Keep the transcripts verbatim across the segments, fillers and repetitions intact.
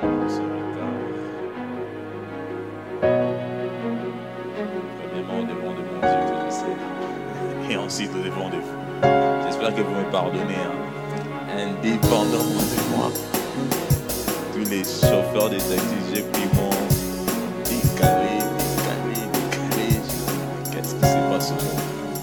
ce retard. Premièrement, au devant de mon Dieu que je sais, et ensuite au devant de vous. J'espère que vous me pardonnez, hein. Indépendamment de moi, tous les chauffeurs de taxi, j'ai pris mon décalé, décalé, décalé. Qu'est-ce qui se passe au monde?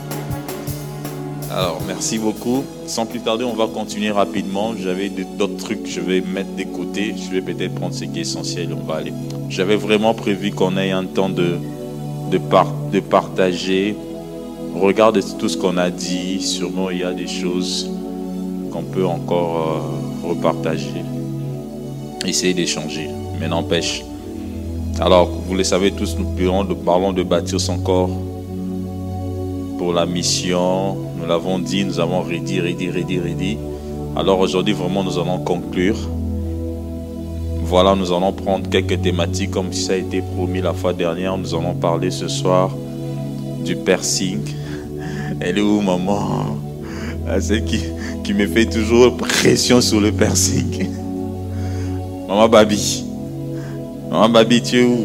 Alors, merci beaucoup. Sans plus tarder, on va continuer rapidement. J'avais d'autres trucs que je vais mettre de côté. Je vais peut-être prendre ce qui est essentiel. On va aller. J'avais vraiment prévu qu'on ait un temps de, de, par, de partager. Regarde tout ce qu'on a dit. Sûrement, il y a des choses qu'on peut encore euh, repartager. Essayer d'échanger. Mais n'empêche. Alors, vous le savez tous, nous parlons de bâtir son corps pour la mission. Nous l'avons dit, nous avons redit, redit, redit, redit. Alors aujourd'hui, vraiment, nous allons conclure. Voilà, nous allons prendre quelques thématiques comme ça a été promis la fois dernière. Nous allons parler ce soir du piercing. Elle est où, maman? Celle qui, qui me fait toujours pression sur le piercing. Maman Babi. Maman Babi, tu es où?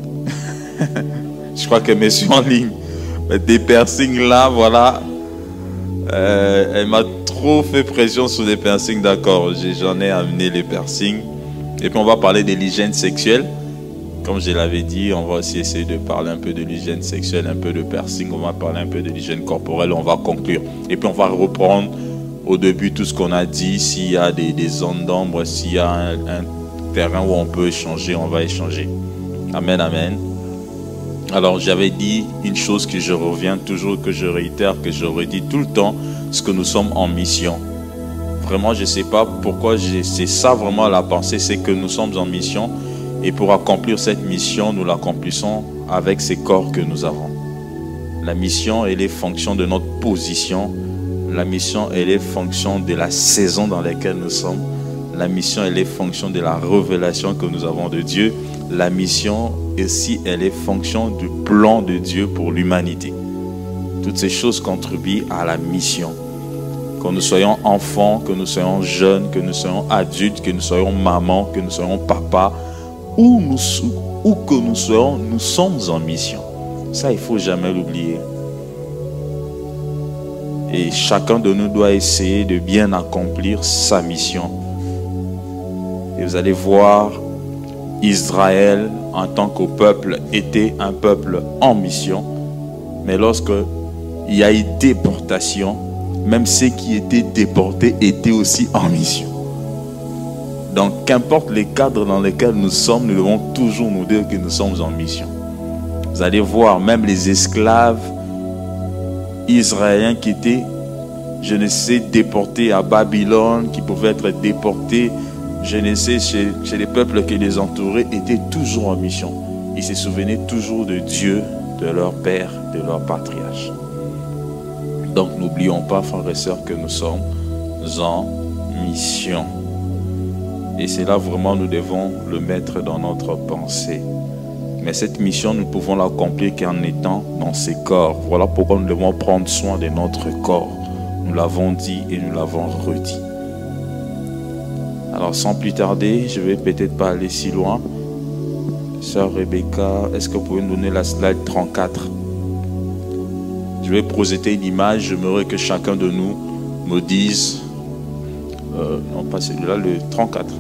Je crois qu'elle me suit en ligne. Des piercings là, voilà. Euh, elle m'a trop fait pression sur les piercings, d'accord. J'en ai amené les piercings. Et puis on va parler de l'hygiène sexuelle. Comme je l'avais dit, on va aussi essayer de parler un peu de l'hygiène sexuelle, un peu de piercing. On va parler un peu de l'hygiène corporelle. On va conclure. Et puis on va reprendre au début tout ce qu'on a dit. S'il y a des, des zones d'ombre, s'il y a un, un terrain où on peut échanger, on va échanger. Amen, amen. Alors j'avais dit une chose que je reviens toujours, que je réitère, que je redis tout le temps, c'est que nous sommes en mission. Vraiment, je ne sais pas pourquoi, c'est ça vraiment la pensée, c'est que nous sommes en mission. Et pour accomplir cette mission, nous l'accomplissons avec ces corps que nous avons. La mission, elle est fonction de notre position. La mission, elle est fonction de la saison dans laquelle nous sommes. La mission, elle est fonction de la révélation que nous avons de Dieu. La mission, aussi, elle est fonction du plan de Dieu pour l'humanité. Toutes ces choses contribuent à la mission. Que nous soyons enfants, que nous soyons jeunes, que nous soyons adultes, que nous soyons mamans, que nous soyons papas, où, nous, où que nous soyons, nous sommes en mission. Ça, il ne faut jamais l'oublier. Et chacun de nous doit essayer de bien accomplir sa mission. Et vous allez voir, Israël, en tant que peuple, était un peuple en mission. Mais lorsque il y a eu déportation, même ceux qui étaient déportés étaient aussi en mission. Donc, qu'importe les cadres dans lesquels nous sommes, nous devons toujours nous dire que nous sommes en mission. Vous allez voir, même les esclaves israéliens qui étaient, je ne sais, déportés à Babylone, qui pouvaient être déportés, je ne sais, chez, chez les peuples qui les entouraient, étaient toujours en mission. Ils se souvenaient toujours de Dieu, de leur père, de leur patriarche. Donc n'oublions pas, frères et sœurs, que nous sommes en mission. Et c'est là vraiment nous devons le mettre dans notre pensée. Mais cette mission, nous pouvons l'accomplir qu'en étant dans ces corps. Voilà pourquoi nous devons prendre soin de notre corps. Nous l'avons dit et nous l'avons redit. Alors sans plus tarder, je ne vais peut-être pas aller si loin. Sœur Rebecca, est-ce que vous pouvez nous donner la slide trente-quatre? Je vais projeter une image. J'aimerais que chacun de nous me dise, euh, non pas celui-là, le trente-quatre.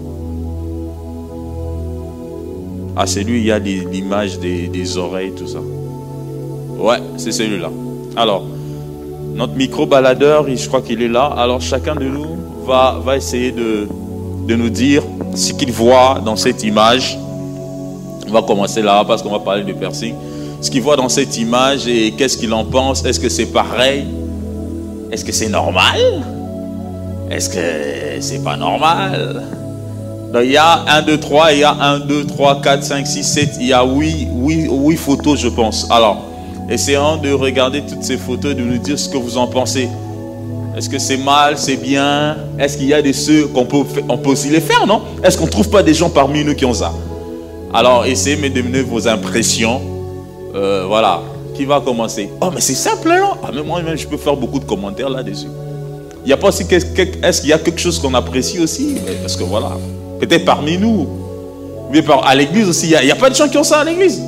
Ah, c'est lui, il y a l'image des, des oreilles, tout ça. Ouais, c'est celui-là. Alors, notre micro-baladeur, je crois qu'il est là. Alors, chacun de nous va, va essayer de, de nous dire ce qu'il voit dans cette image. On va commencer là, parce qu'on va parler de piercing. Ce qu'il voit dans cette image et qu'est-ce qu'il en pense. Est-ce que c'est pareil? Est-ce que c'est normal? Est-ce que c'est pas normal? Donc, il y a un, deux, trois, il y a un, deux, trois, quatre, cinq, six, sept, il y a huit photos, je pense. Alors, essayons de regarder toutes ces photos et de nous dire ce que vous en pensez. Est-ce que c'est mal, c'est bien? Est-ce qu'il y a des ceux qu'on peut, on peut aussi les faire, non? Est-ce qu'on ne trouve pas des gens parmi nous qui ont ça? Alors, essayez de me donner vos impressions. Euh, voilà. Qui va commencer? Oh, mais c'est simple, non? Ah, mais moi, même, je peux faire beaucoup de commentaires là-dessus. Il n'y a pas aussi... Est-ce qu'il y a quelque chose qu'on apprécie aussi? Parce que voilà... Peut-être parmi nous. Mais à l'église aussi, il n'y a, a pas de gens qui ont ça à l'église.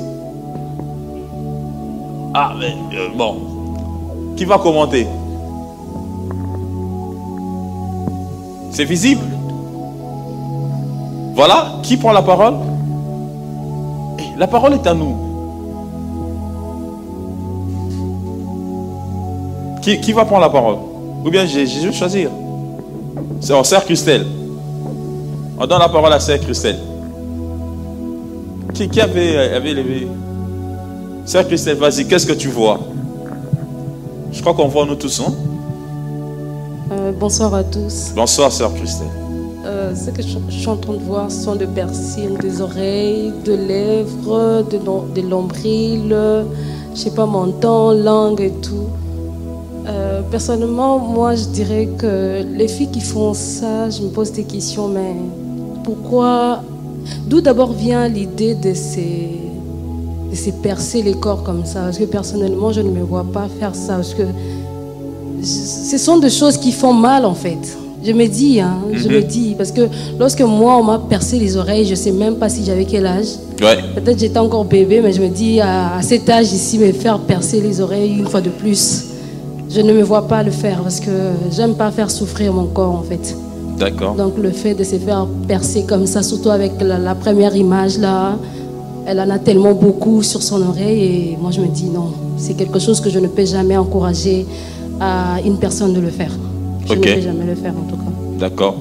Ah, mais euh, bon. Qui va commenter? C'est visible. Voilà, qui prend la parole? La parole est à nous. Qui, qui va prendre la parole? Ou bien j'ai juste choisir? C'est en Sœur Christelle. On donne la parole à Sœur Christelle. Qui, qui avait, avait levé? Sœur Christelle, vas-y, qu'est-ce que tu vois? Je crois qu'on voit nous tous, hein? Euh, bonsoir à tous. Bonsoir, Sœur Christelle. Euh, ce que je, je suis en train de voir sont des piercings, des oreilles, de lèvres, de, de nombril, je sais pas, menton, langue et tout. Euh, personnellement, moi, je dirais que les filles qui font ça, je me pose des questions, mais pourquoi? D'où d'abord vient l'idée de ces, de ces percer les corps comme ça? Parce que personnellement, je ne me vois pas faire ça. Parce que ce sont des choses qui font mal, en fait. Je me dis, hein, mm-hmm. je me dis, parce que lorsque moi, on m'a percé les oreilles, je ne sais même pas si j'avais quel âge. Ouais. Peut-être j'étais encore bébé, mais je me dis, à, à cet âge ici, me faire percer les oreilles une fois de plus, je ne me vois pas le faire parce que j'aime pas faire souffrir mon corps, en fait. D'accord. Donc le fait de se faire percer comme ça, surtout avec la, la première image là, elle en a tellement beaucoup sur son oreille et moi je me dis non, c'est quelque chose que je ne peux jamais encourager à une personne de le faire. Je okay. ne peux jamais le faire en tout cas. D'accord.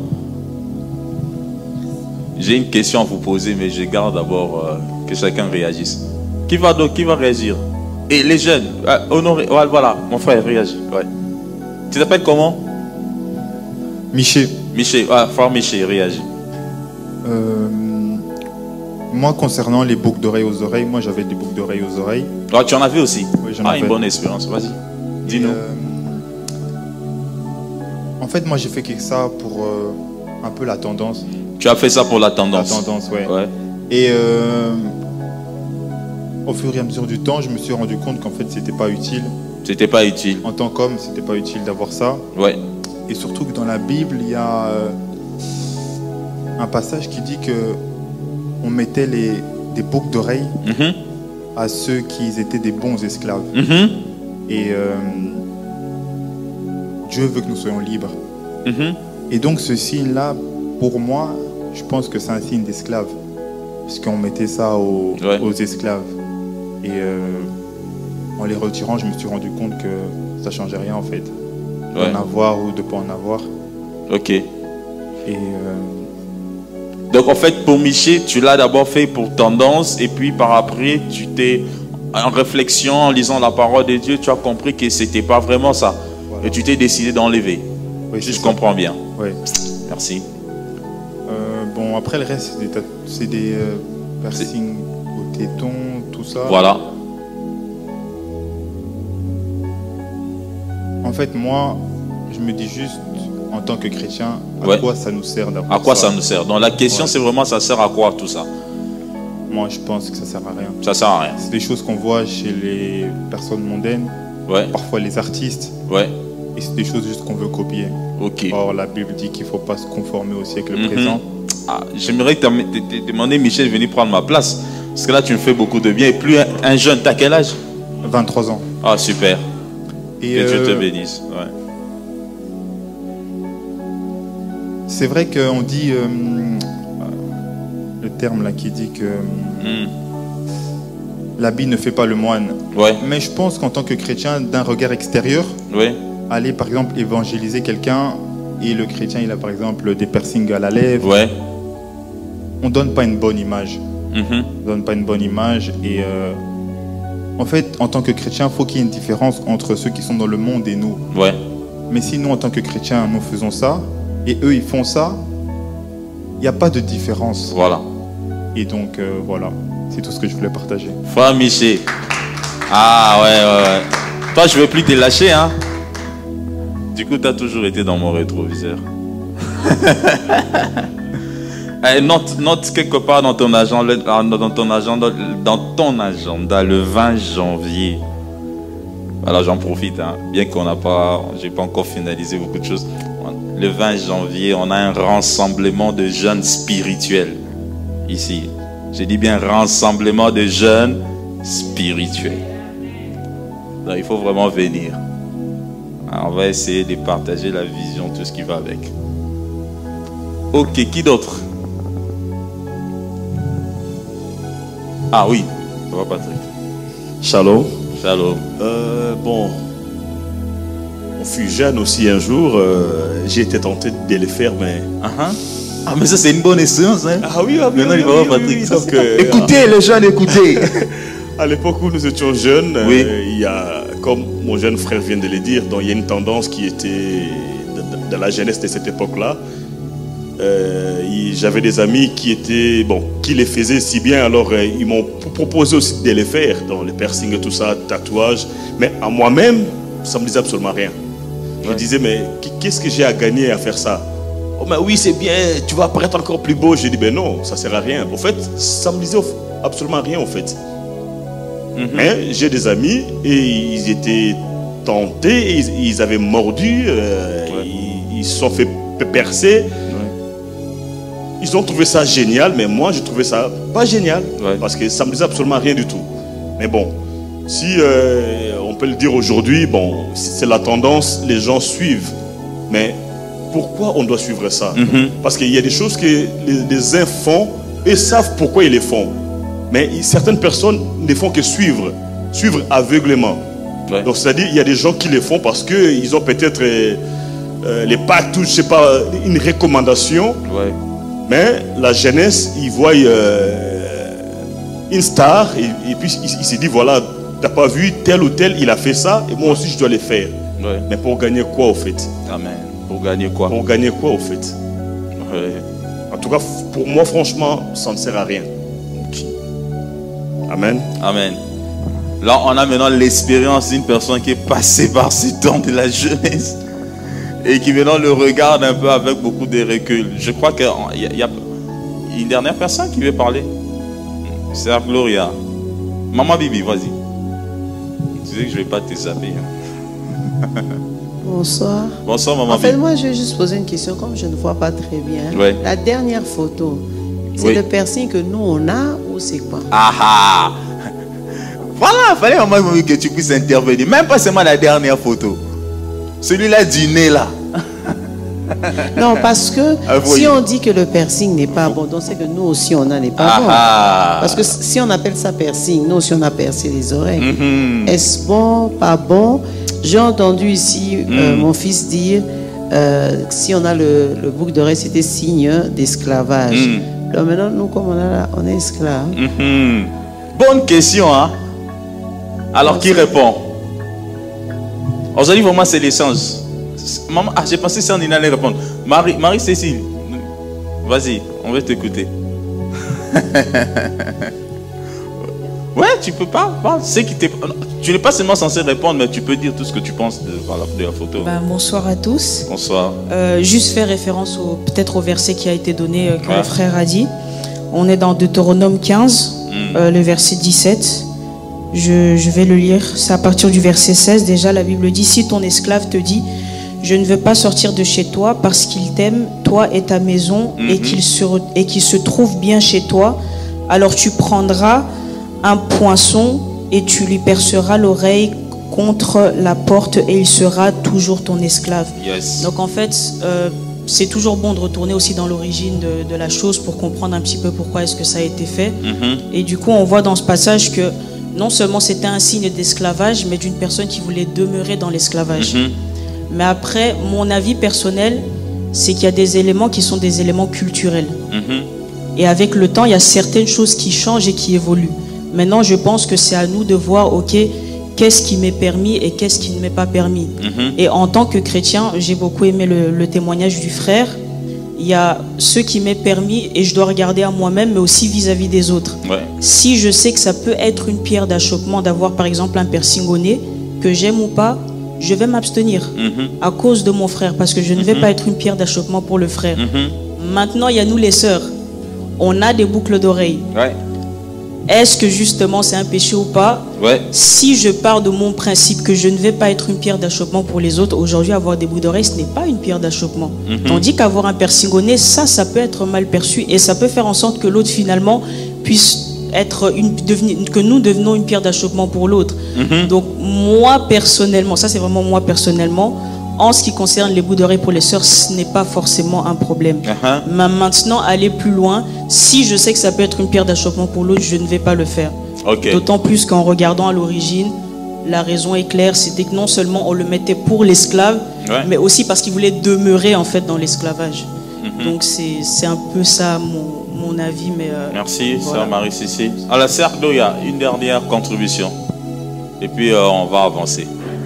J'ai une question à vous poser, mais je garde d'abord euh, que chacun réagisse. Qui va donc, qui va réagir? Et les jeunes, euh, Honoré, ouais, voilà, mon frère réagit. Ouais. Tu t'appelles comment? Miché. Miché, ah, frère Miché, réagit. Euh, moi, concernant les boucles d'oreilles aux oreilles, moi j'avais des boucles d'oreilles aux oreilles. Ah, tu en avais aussi? Oui, j'en ah, avais. Une bonne expérience, vas-y. Dis-nous. Euh, en fait, moi j'ai fait que ça pour euh, un peu la tendance. Tu as fait ça pour la tendance? La tendance, ouais. ouais. Et euh, au fur et à mesure du temps, je me suis rendu compte qu'en fait, c'était pas utile. C'était pas utile. En tant qu'homme, c'était pas utile d'avoir ça. Ouais. Et surtout que dans la Bible, il y a euh, un passage qui dit que on mettait les, des boucles d'oreilles mm-hmm. à ceux qui étaient des bons esclaves. Mm-hmm. Et euh, Dieu veut que nous soyons libres. Mm-hmm. Et donc ce signe-là, pour moi, je pense que c'est un signe d'esclave. Parce qu'on mettait ça aux, ouais. aux esclaves. Et euh, en les retirant, je me suis rendu compte que ça ne changeait rien en fait. Ouais. D'en avoir ou de ne pas en avoir. Ok. Et euh... donc en fait pour Miché, tu l'as d'abord fait pour tendance et puis par après tu t'es en réflexion, en lisant la parole de Dieu, tu as compris que c'était pas vraiment ça. Voilà. Et tu t'es décidé d'enlever. Oui, si je ça. comprends bien. Oui. Merci. Euh, bon après le reste c'est des, c'est des euh, piercings au téton, tout ça. Voilà. En fait, moi, je me dis juste, en tant que chrétien, à ouais. quoi ça nous sert d'avoir ça? À quoi ça nous sert? Donc la question, ouais. c'est vraiment, ça sert à quoi tout ça? Moi, je pense que ça sert à rien. Ça sert à rien. C'est des choses qu'on voit chez les personnes mondaines, ouais. parfois les artistes, ouais. et c'est des choses juste qu'on veut copier. Ok. Or, la Bible dit qu'il ne faut pas se conformer au siècle mm-hmm. présent. Ah, j'aimerais te demander, Michel, de venir prendre ma place, parce que là, tu me fais beaucoup de bien. Et plus un, un jeune, t'as quel âge? vingt-trois ans. Ah, super. Et que euh, Dieu te bénisse. Ouais. C'est vrai qu'on dit euh, le terme là qui dit que mm. l'habit ne fait pas le moine. Ouais. Mais je pense qu'en tant que chrétien, d'un regard extérieur, ouais. aller par exemple évangéliser quelqu'un et le chrétien il a par exemple des piercings à la lèvre. Ouais. On donne pas une bonne image. Mm-hmm. On donne pas une bonne image et euh, en fait, en tant que chrétien, il faut qu'il y ait une différence entre ceux qui sont dans le monde et nous. Ouais. Mais si nous, en tant que chrétiens, nous faisons ça, et eux, ils font ça, il n'y a pas de différence. Voilà. Et donc, euh, voilà. C'est tout ce que je voulais partager. Frère Miché. Ah, ouais, ouais, ouais. Toi, je ne vais plus te lâcher, hein. Du coup, tu as toujours été dans mon rétroviseur. Allez, note, note quelque part dans ton agenda, dans ton agenda, dans ton agenda, le vingt janvier. Voilà, j'en profite, hein, bien qu'on n'a pas, j'ai pas encore finalisé beaucoup de choses. Le vingt janvier, on a un rassemblement de jeunes spirituels ici. Je dis bien rassemblement de jeunes spirituels. Donc il faut vraiment venir. Alors, on va essayer de partager la vision, tout ce qui va avec. Ok, qui d'autre? Ah oui, ça va Patrick. Shalom. Shalom. Euh, bon, on fut jeune aussi un jour. Euh, j'ai été tenté de le faire, mais. Uh-huh. Ah, mais ça, c'est une bonne essence. Hein? Ah oui, ah oui. Maintenant, oui, il va oui, voir oui, Patrick. oui, Ça, donc, euh, écoutez, les jeunes, écoutez. À l'époque où nous étions jeunes, oui. euh, il y a, comme mon jeune frère vient de le dire, donc il y a une tendance qui était dans la jeunesse de cette époque-là. Euh, J'avais des amis qui étaient bon, qui les faisaient si bien, alors euh, ils m'ont proposé aussi de les faire, dans les piercings et tout ça, tatouages. Mais à moi-même, ça me disait absolument rien. Je ouais. disais, mais qu'est-ce que j'ai à gagner à faire ça? Oh, mais oui, c'est bien, tu vas paraître encore plus beau. J'ai dit, ben non, ça sert à rien. En fait, ça me disait absolument rien, en fait. Mm-hmm. Mais j'ai des amis et ils étaient tentés, ils, ils avaient mordu, euh, ouais. ils se sont fait percer. Ils ont trouvé ça génial, mais moi, je trouvais ça pas génial. Ouais. Parce que ça me disait absolument rien du tout. Mais bon, si euh, on peut le dire aujourd'hui, bon, c'est la tendance, les gens suivent. Mais pourquoi on doit suivre ça? Mm-hmm. Parce qu'il y a des choses que les, les uns font et savent pourquoi ils les font. Mais certaines personnes ne font que suivre, suivre aveuglément. Ouais. Donc, c'est-à-dire, il y a des gens qui les font parce qu'ils ont peut-être euh, euh, les pactes ou, je sais pas, une recommandation. Ouais. Mais la jeunesse, ils voient euh, une star et, et puis il, il s'est dit, voilà, t'as pas vu tel ou tel, il a fait ça et moi aussi je dois le faire. Ouais. Mais pour gagner quoi au fait? Amen. Pour gagner quoi? Pour gagner quoi au fait? Ouais. En tout cas, pour moi, franchement, ça ne sert à rien. Amen. Amen. Là, on a maintenant l'expérience d'une personne qui est passée par ce temps de la jeunesse. Et qui maintenant le regarde un peu avec beaucoup de recul. Je crois qu'il y, y a une dernière personne qui veut parler. C'est Gloria. Maman Bibi, vas-y. Tu sais que je ne vais pas te zapper. Bonsoir. Bonsoir, maman En fait, Bibi. moi, je vais juste poser une question. Comme je ne vois pas très bien. Ouais. La dernière photo, c'est oui. le piercing que nous, on a ou c'est quoi? Ah ah. Voilà, il fallait maman Bibi que tu puisses intervenir. Même pas seulement la dernière photo. Celui-là du nez là. Non, parce que si on dit que le piercing n'est pas bon, donc c'est que nous aussi on n'en est pas ah bon. Ah. Parce que si on appelle ça piercing, nous aussi on a percé les oreilles. Mm-hmm. Est-ce bon, pas bon? J'ai entendu ici mm. euh, mon fils dire euh, si on a le, le boucle d'oreille, c'était signe d'esclavage. Mm. Donc maintenant, nous, comme on, a là, on est esclaves. Mm-hmm. Bonne question, hein? Alors, qui répond? Aujourd'hui, vraiment, c'est l'essence. Maman, ah, j'ai pensé que Sandrine allait répondre. Marie, Marie-Cécile, vas-y, on va t'écouter. Ouais, tu peux pas. pas c'est qui tu n'es pas seulement censé répondre, mais tu peux dire tout ce que tu penses de, de la photo. Bah, bonsoir à tous. Bonsoir. Euh, juste faire référence au, peut-être au verset qui a été donné, euh, que ouais. le frère a dit. On est dans Deutéronome quinze, mm. euh, le verset dix-sept. Je, je vais le lire. C'est à partir du verset seize. Déjà, la Bible dit, si ton esclave te dit, je ne veux pas sortir de chez toi parce qu'il t'aime, toi et ta maison, mm-hmm. et qu'il se, et qu'il se trouve bien chez toi, alors tu prendras un poinçon et tu lui perceras l'oreille contre la porte et il sera toujours ton esclave. Yes. Donc en fait, euh, c'est toujours bon de retourner aussi dans l'origine de, de la chose pour comprendre un petit peu pourquoi est-ce que ça a été fait. Mm-hmm. Et du coup, on voit dans ce passage que non seulement c'était un signe d'esclavage, mais d'une personne qui voulait demeurer dans l'esclavage. Mm-hmm. Mais après, mon avis personnel, c'est qu'il y a des éléments qui sont des éléments culturels. Mm-hmm. Et avec le temps, il y a certaines choses qui changent et qui évoluent. Maintenant, je pense que c'est à nous de voir, ok, qu'est-ce qui m'est permis et qu'est-ce qui ne m'est pas permis. Mm-hmm. Et en tant que chrétien, j'ai beaucoup aimé le, le témoignage du frère. Il y a ce qui m'est permis et je dois regarder à moi-même, mais aussi vis-à-vis des autres. Ouais. Si je sais que ça peut être une pierre d'achoppement d'avoir par exemple un piercing au nez, que j'aime ou pas, je vais m'abstenir mm-hmm. à cause de mon frère, parce que je ne vais mm-hmm. pas être une pierre d'achoppement pour le frère. Mm-hmm. Maintenant, il y a nous les sœurs. On a des boucles d'oreilles. Ouais. Est-ce que justement c'est un péché ou pas? Ouais. Si je pars de mon principe que je ne vais pas être une pierre d'achoppement pour les autres, aujourd'hui avoir des boucles d'oreilles, ce n'est pas une pierre d'achoppement. Mm-hmm. Tandis qu'avoir un piercing au nez, ça, ça peut être mal perçu et ça peut faire en sorte que l'autre finalement puisse être une, devenir, que nous devenons une pierre d'achoppement pour l'autre. Mhm. Donc moi personnellement, ça c'est vraiment moi personnellement, en ce qui concerne les bouts d'oreilles pour les sœurs, ce n'est pas forcément un problème. Uh-huh. Mais maintenant, aller plus loin, si je sais que ça peut être une pierre d'achoppement pour l'autre, je ne vais pas le faire. Ok. D'autant plus qu'en regardant à l'origine, la raison est claire, c'était que non seulement on le mettait pour l'esclave, Ouais. mais aussi parce qu'il voulait demeurer en fait dans l'esclavage. Mhm. Donc c'est c'est un peu ça mon, mon avis. Mais euh, Merci, voilà. sœur Marie-Cécile. À la cercle, il y a une dernière contribution. Et puis, euh, on va avancer.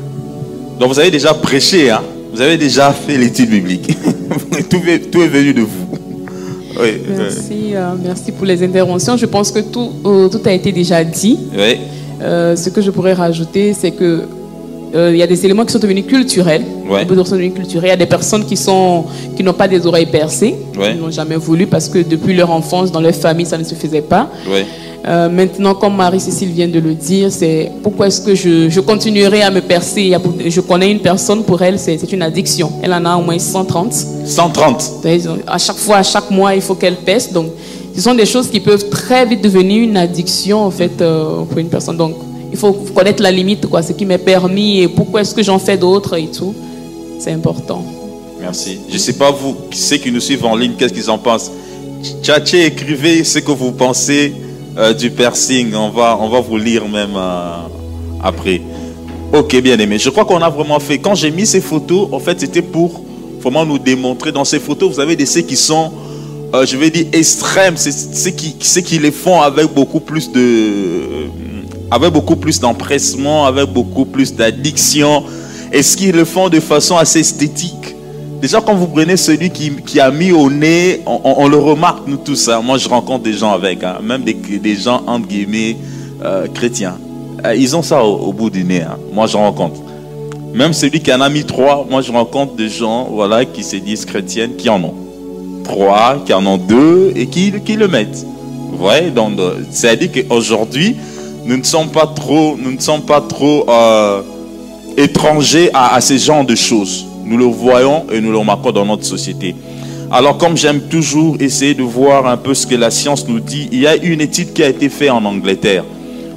Donc, vous avez déjà prêché, hein? Vous avez déjà fait l'étude biblique. tout, est, tout est venu de vous. Oui. Merci, euh, merci pour les interventions. Je pense que tout, euh, tout a été déjà dit. Oui. Euh, ce que je pourrais rajouter, c'est que euh, il y a des éléments qui sont devenus culturels. Ouais. Des sont devenus culturels. Il y a des personnes qui sont qui n'ont pas des oreilles percées, Ouais. qui n'ont jamais voulu parce que depuis leur enfance, dans leur famille, ça ne se faisait pas. Oui. Euh, maintenant, comme Marie-Cécile vient de le dire, c'est pourquoi est-ce que je, je continuerai à me percer. Il y a- Je connais une personne, pour elle, c'est c'est une addiction. Elle en a au moins cent trente. cent trente. À chaque fois, à chaque mois, il faut qu'elle pèse. Donc, ce sont des choses qui peuvent très vite devenir une addiction, en fait, euh, pour une personne. Donc, il faut connaître la limite, quoi, ce qui m'est permis et pourquoi est-ce que j'en fais d'autres et tout. C'est important. Merci. Je ne sais pas vous, ceux qui nous suivent en ligne, qu'est-ce qu'ils en pensent. Tchatché, écrivez ce que vous pensez euh, du piercing. On va, on va vous lire même euh, après. Ok, bien aimé. Je crois qu'on a vraiment fait. Quand j'ai mis ces photos, en fait, c'était pour vraiment nous démontrer. Dans ces photos, vous avez des ceux qui sont, euh, je vais dire, extrêmes. C'est ceux qui, ceux qui les font avec beaucoup plus de, avec beaucoup plus d'empressement, avec beaucoup plus d'addiction. Est-ce qu'ils le font de façon assez esthétique? Déjà, quand vous prenez celui qui, qui a mis au nez, on, on- on le remarque, nous tous. Hein. Moi, je rencontre des gens avec, hein, même des, des gens, entre guillemets, euh, chrétiens. Euh, ils ont ça au, au bout du nez. Hein. Moi, je rencontre. Même celui qui en a mis trois, moi, je rencontre des gens voilà, qui se disent chrétiennes, qui en ont trois, qui en ont deux et qui, qui le mettent. Vous voyez? Donc, euh, c'est-à-dire qu'aujourd'hui, nous ne sommes pas trop, nous ne sommes pas trop euh, étrangers à, à ces genres de choses. Nous le voyons et nous le remarquons dans notre société. Alors, comme j'aime toujours essayer de voir un peu ce que la science nous dit, il y a une étude qui a été faite en Angleterre.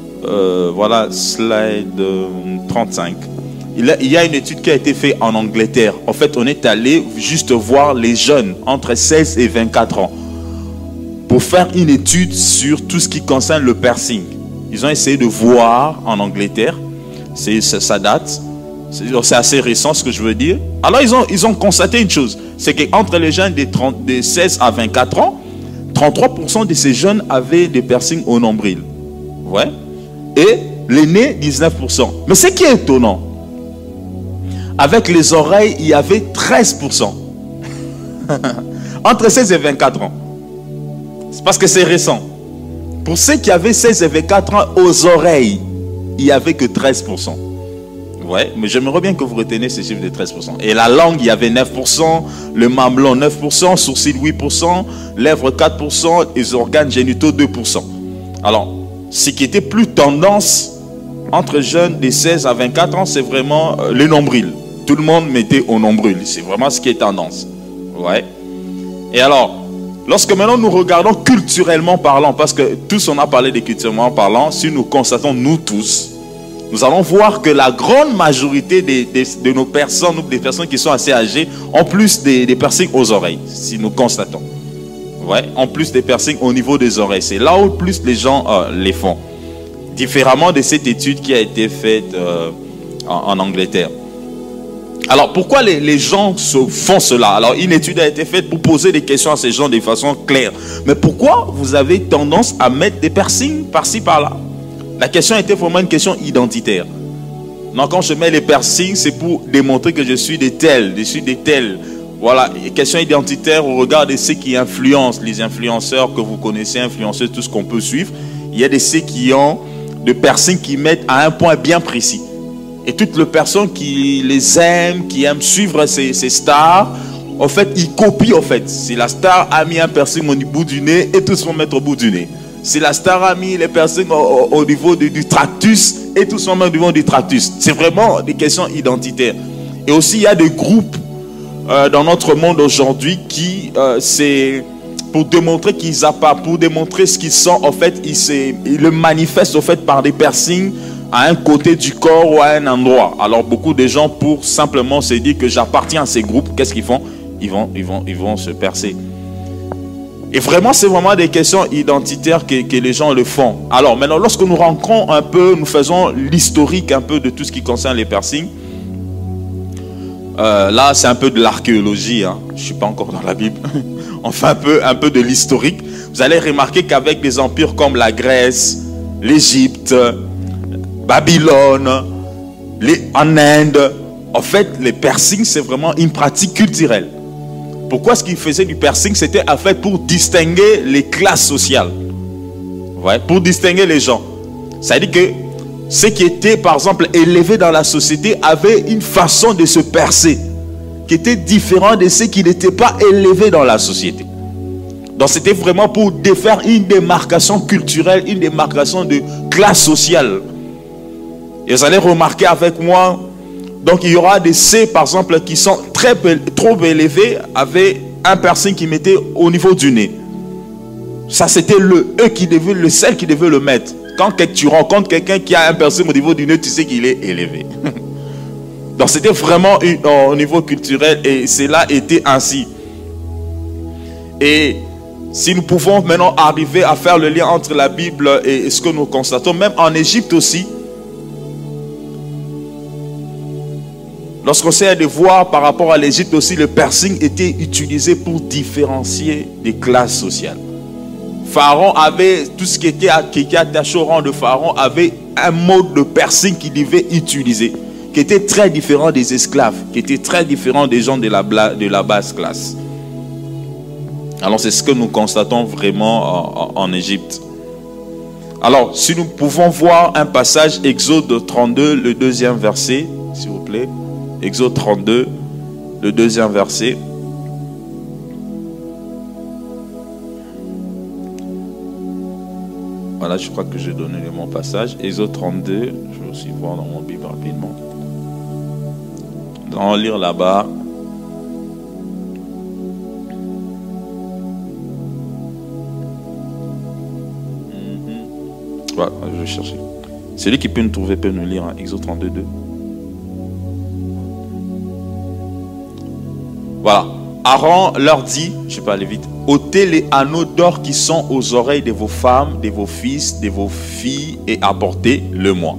Euh, voilà, slide euh, trente-cinq. Il y, a, il y a une étude qui a été faite en Angleterre. En fait, on est allé juste voir les jeunes entre seize et vingt-quatre ans pour faire une étude sur tout ce qui concerne le piercing. Ils ont essayé de voir en Angleterre. C'est, ça, ça date. C'est, c'est assez récent ce que je veux dire. Alors, ils ont, ils ont constaté une chose. C'est qu'entre les jeunes de, trente, de seize à vingt-quatre ans, trente-trois pour cent de ces jeunes avaient des piercings au nombril. Ouais. Et l'aîné, dix-neuf pour cent. Mais ce qui est étonnant, avec les oreilles, il y avait treize pour cent. Entre seize et vingt-quatre ans. C'est parce que c'est récent. Pour ceux qui avaient seize et vingt-quatre ans aux oreilles, il n'y avait que treize pour cent. Ouais, mais j'aimerais bien que vous reteniez ce chiffre de treize pour cent. Et la langue, il y avait neuf pour cent, le mamelon neuf pour cent, sourcil huit pour cent, lèvres quatre pour cent, et les organes génitaux deux pour cent. Alors, ce qui était plus tendance entre jeunes de seize à vingt-quatre ans, c'est vraiment euh, le nombril. Tout le monde mettait au nombril. C'est vraiment ce qui est tendance. Ouais. Et alors, lorsque maintenant nous regardons culturellement parlant, parce que tous on a parlé de culturellement parlant, si nous constatons nous tous, nous allons voir que la grande majorité des, des, de nos personnes, des personnes qui sont assez âgées, ont plus des, des piercings aux oreilles, si nous constatons. Ouais, en plus des piercings au niveau des oreilles. C'est là où plus les gens euh, les font. Différemment de cette étude qui a été faite euh, en, en Angleterre. Alors, pourquoi les, les gens se font cela? Alors, une étude a été faite pour poser des questions à ces gens de façon claire. Mais pourquoi vous avez tendance à mettre des piercings par-ci, par-là? La question était vraiment une question identitaire. Non, quand je mets les piercings, c'est pour démontrer que je suis de tel, je suis de tel. Voilà, question identitaire au regard de ceux qui influencent, les influenceurs que vous connaissez, influenceurs, tout ce qu'on peut suivre. Il y a de ceux qui ont des piercings qui mettent à un point bien précis. Et toutes les personnes qui les aiment, qui aiment suivre ces, ces stars, en fait, ils copient en fait. Si la star a mis un piercing au bout du nez, et tous vont mettre au bout du nez. Si la star a mis les piercings au, au, au niveau du, du tractus, et tous vont mettre au niveau du tractus. C'est vraiment des questions identitaires. Et aussi, il y a des groupes euh, dans notre monde aujourd'hui qui, euh, c'est, pour démontrer qu'ils appartiennent, pour démontrer ce qu'ils sont, en fait, ils, se, ils le manifestent en fait par des piercings à un côté du corps ou à un endroit. Alors beaucoup de gens, pour simplement se dire que j'appartiens à ces groupes, qu'est-ce qu'ils font? Ils vont, ils vont, ils vont se percer. Et vraiment, c'est vraiment des questions identitaires que, que les gens le font. Alors maintenant, lorsque nous rentrons un peu, nous faisons l'historique un peu de tout ce qui concerne les piercings. Euh, là, c'est un peu de l'archéologie. Hein. Je ne suis pas encore dans la Bible. On fait un peu, un peu de l'historique. Vous allez remarquer qu'avec des empires comme la Grèce, l'Égypte, Babylone, les, en Inde, en fait, les piercings, c'est vraiment une pratique culturelle. Pourquoi est-ce qu'ils faisaient du piercing? C'était en fait pour distinguer les classes sociales. Ouais, pour distinguer les gens. C'est-à-dire que ceux qui étaient, par exemple, élevés dans la société avaient une façon de se percer qui était différente de ceux qui n'étaient pas élevés dans la société. Donc c'était vraiment pour défaire une démarcation culturelle, une démarcation de classe sociale. Et vous allez remarquer avec moi, donc il y aura des ceux par exemple qui sont très, trop élevés, avec un piercing qui mettait au niveau du nez. Ça c'était le eux qui devaient, le seul qui devait le mettre. Quand tu rencontres quelqu'un qui a un piercing au niveau du nez, tu sais qu'il est élevé. Donc c'était vraiment une, au niveau culturel et cela était ainsi. Et si nous pouvons maintenant arriver à faire le lien entre la Bible et ce que nous constatons, même en Égypte aussi, lorsqu'on essaie de voir par rapport à l'Égypte aussi, le piercing était utilisé pour différencier des classes sociales. Pharaon avait, tout ce qui était, qui était attaché au rang de Pharaon avait un mode de piercing qu'il devait utiliser, qui était très différent des esclaves, qui était très différent des gens de la, de la basse classe. Alors c'est ce que nous constatons vraiment en, en, en Égypte. Alors si nous pouvons voir un passage, Exode trente-deux, le deuxième verset, s'il vous plaît. Exode trente-deux, le deuxième verset. Voilà, je crois que j'ai donné le bon passage. Exode trente-deux, je vais aussi voir dans mon Bible rapidement. On va lire là-bas. Voilà, je vais chercher. Celui qui peut nous trouver peut nous lire, hein, Exode trente-deux, deux. Voilà. Aaron leur dit, je vais aller vite, ôtez les anneaux d'or qui sont aux oreilles de vos femmes, de vos fils, de vos filles et apportez-le-moi.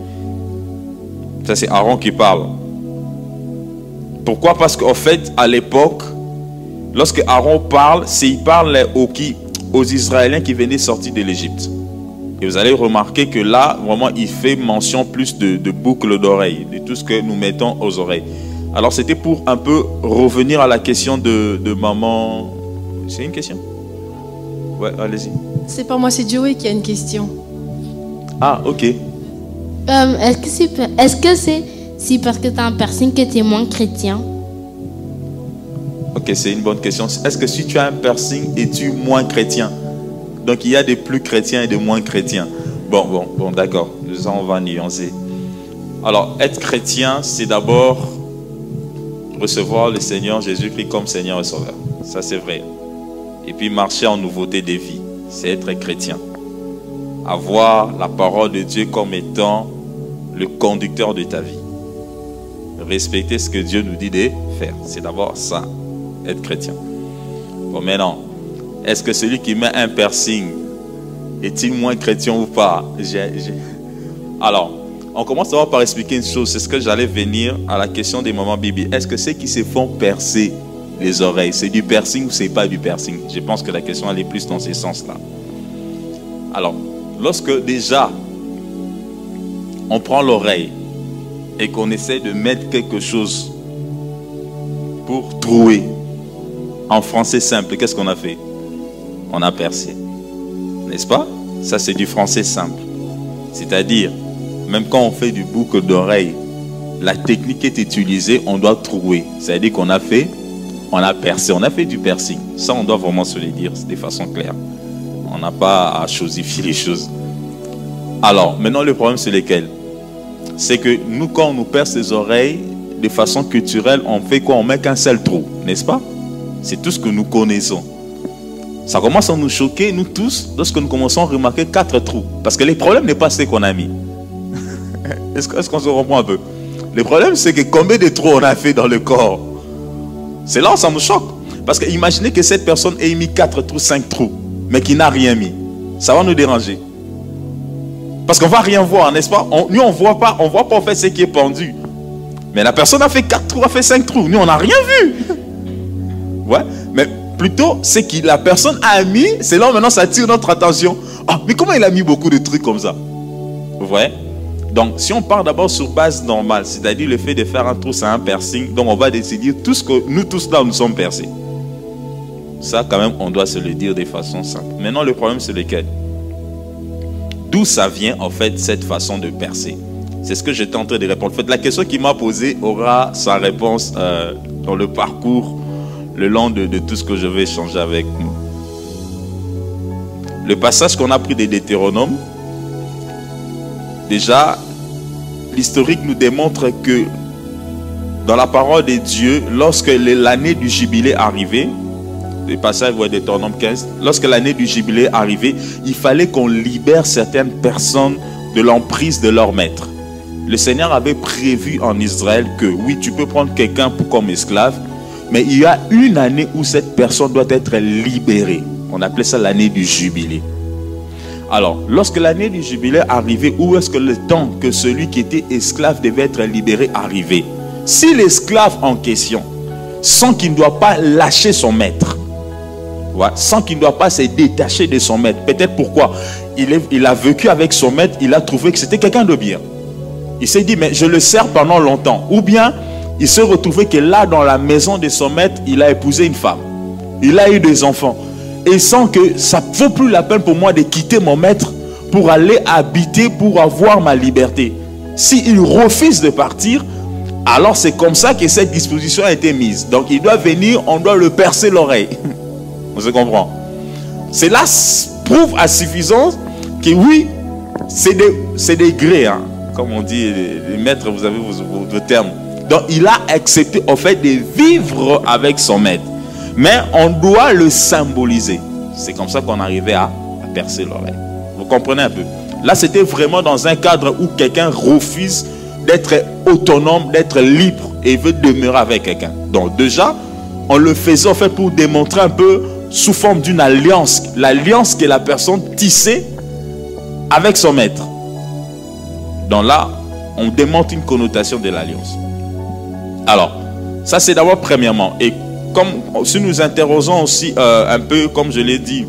Ça c'est Aaron qui parle. Pourquoi? Parce qu'en fait, à l'époque, lorsque Aaron parle, c'est il parle aux, qui, aux Israéliens qui venaient sortir de l'Égypte. Et vous allez remarquer que là, vraiment, il fait mention plus de, de boucles d'oreilles, de tout ce que nous mettons aux oreilles. Alors, c'était pour un peu revenir à la question de, de maman. C'est une question? Ouais, allez-y. C'est pas moi, c'est Joey qui a une question. Ah, ok. Euh, est-ce que c'est est-ce que c'est si parce que tu as un piercing que tu es moins chrétien? Ok, c'est une bonne question. Est-ce que si tu as un piercing, es-tu moins chrétien? Donc il y a des plus chrétiens et des moins chrétiens. Bon, bon, bon, d'accord. Ça, on va nuancer. Alors, être chrétien, c'est d'abord recevoir le Seigneur Jésus-Christ comme Seigneur et Sauveur. Ça, c'est vrai. Et puis marcher en nouveauté des vies. C'est être chrétien. Avoir la parole de Dieu comme étant le conducteur de ta vie. Respecter ce que Dieu nous dit de faire. C'est d'abord ça, être chrétien. Bon, maintenant, est-ce que celui qui met un piercing est-il moins chrétien ou pas? j'ai, j'ai... Alors, on commence d'abord par expliquer une chose. C'est ce que j'allais venir à la question des moments bibliques. Est-ce que ceux qui se font percer les oreilles, c'est du piercing ou c'est pas du piercing? Je pense que la question elle est plus dans ce sens-là. Alors, lorsque déjà on prend l'oreille et qu'on essaie de mettre quelque chose pour trouer, en français simple, qu'est-ce qu'on a fait? On a percé. N'est-ce pas? Ça, c'est du français simple. C'est-à-dire, même quand on fait du boucle d'oreille, la technique qui est utilisée, on doit trouer. C'est-à-dire qu'on a fait, on a percé, on a fait du piercing. Ça, on doit vraiment se le dire de façon claire. On n'a pas à chosifier les choses. Alors, maintenant, le problème, c'est lequel? C'est que nous, quand on nous perce les oreilles, de façon culturelle, on fait quoi? On met qu'un seul trou, n'est-ce pas? C'est tout ce que nous connaissons. Ça commence à nous choquer, nous tous, lorsque nous commençons à remarquer quatre trous. Parce que le problème n'est pas ce qu'on a mis. Est-ce est-ce qu'on se reprend un peu? Le problème, c'est que combien de trous on a fait dans le corps? C'est là où ça nous choque. Parce que imaginez que cette personne ait mis quatre trous, cinq trous, mais qui n'a rien mis. Ça va nous déranger. Parce qu'on ne va rien voir, n'est-ce pas? on, Nous, on ne voit pas, on voit pas en fait ce qui est pendu. Mais la personne a fait quatre trous, a fait cinq trous. Nous, on n'a rien vu. Ouais, mais plutôt, ce que la personne a mis, c'est là où maintenant ça attire notre attention. Ah, mais comment il a mis beaucoup de trucs comme ça? Vous voyez? Donc, si on part d'abord sur base normale, c'est-à-dire le fait de faire un trou, c'est un piercing, donc on va décider tout ce que nous tous là, nous sommes percés. Ça, quand même, on doit se le dire de façon simple. Maintenant, le problème, c'est lequel? D'où ça vient, en fait, cette façon de percer? C'est ce que j'étais en train de répondre. En fait, la question qu'il m'a posée aura sa réponse euh, dans le parcours, le long de, de tout ce que je vais échanger avec nous. Le passage qu'on a pris des Deutéronomes, déjà, l'historique nous démontre que dans la parole de Dieu, lorsque l'année du jubilé arrivait, le passage de Deutéronome quinze, lorsque l'année du jubilé arrivait, il fallait qu'on libère certaines personnes de l'emprise de leur maître. Le Seigneur avait prévu en Israël que oui, tu peux prendre quelqu'un comme esclave, mais il y a une année où cette personne doit être libérée. On appelait ça l'année du jubilé. Alors, lorsque l'année du jubilé arrivait, où est-ce que le temps que celui qui était esclave devait être libéré arrivait? Si l'esclave en question, sans qu'il ne doit pas lâcher son maître, ouais, sans qu'il ne doit pas se détacher de son maître, peut-être pourquoi il, est, il a vécu avec son maître, il a trouvé que c'était quelqu'un de bien. Il s'est dit, mais je le sers pendant longtemps. Ou bien, il s'est retrouvé que là, dans la maison de son maître, il a épousé une femme. Il a eu des enfants. Et sans que ça ne vaut plus la peine pour moi de quitter mon maître pour aller habiter, pour avoir ma liberté. S'il refuse de partir, alors c'est comme ça que cette disposition a été mise. Donc il doit venir, on doit le percer l'oreille. On se comprend. Cela prouve à suffisance que oui, c'est des, c'est des grés, hein. Comme on dit, les, les maîtres, vous avez vos, vos, vos termes. Donc il a accepté en fait de vivre avec son maître. Mais on doit le symboliser. C'est comme ça qu'on arrivait à, à percer l'oreille. Vous comprenez un peu? Là, c'était vraiment dans un cadre où quelqu'un refuse d'être autonome, d'être libre et veut demeurer avec quelqu'un. Donc déjà, on le faisait en fait pour démontrer un peu sous forme d'une alliance. L'alliance que la personne tissait avec son maître. Donc là, on démontre une connotation de l'alliance. Alors, ça c'est d'abord premièrement. Et comme si nous interrogeons aussi euh, un peu, comme je l'ai dit,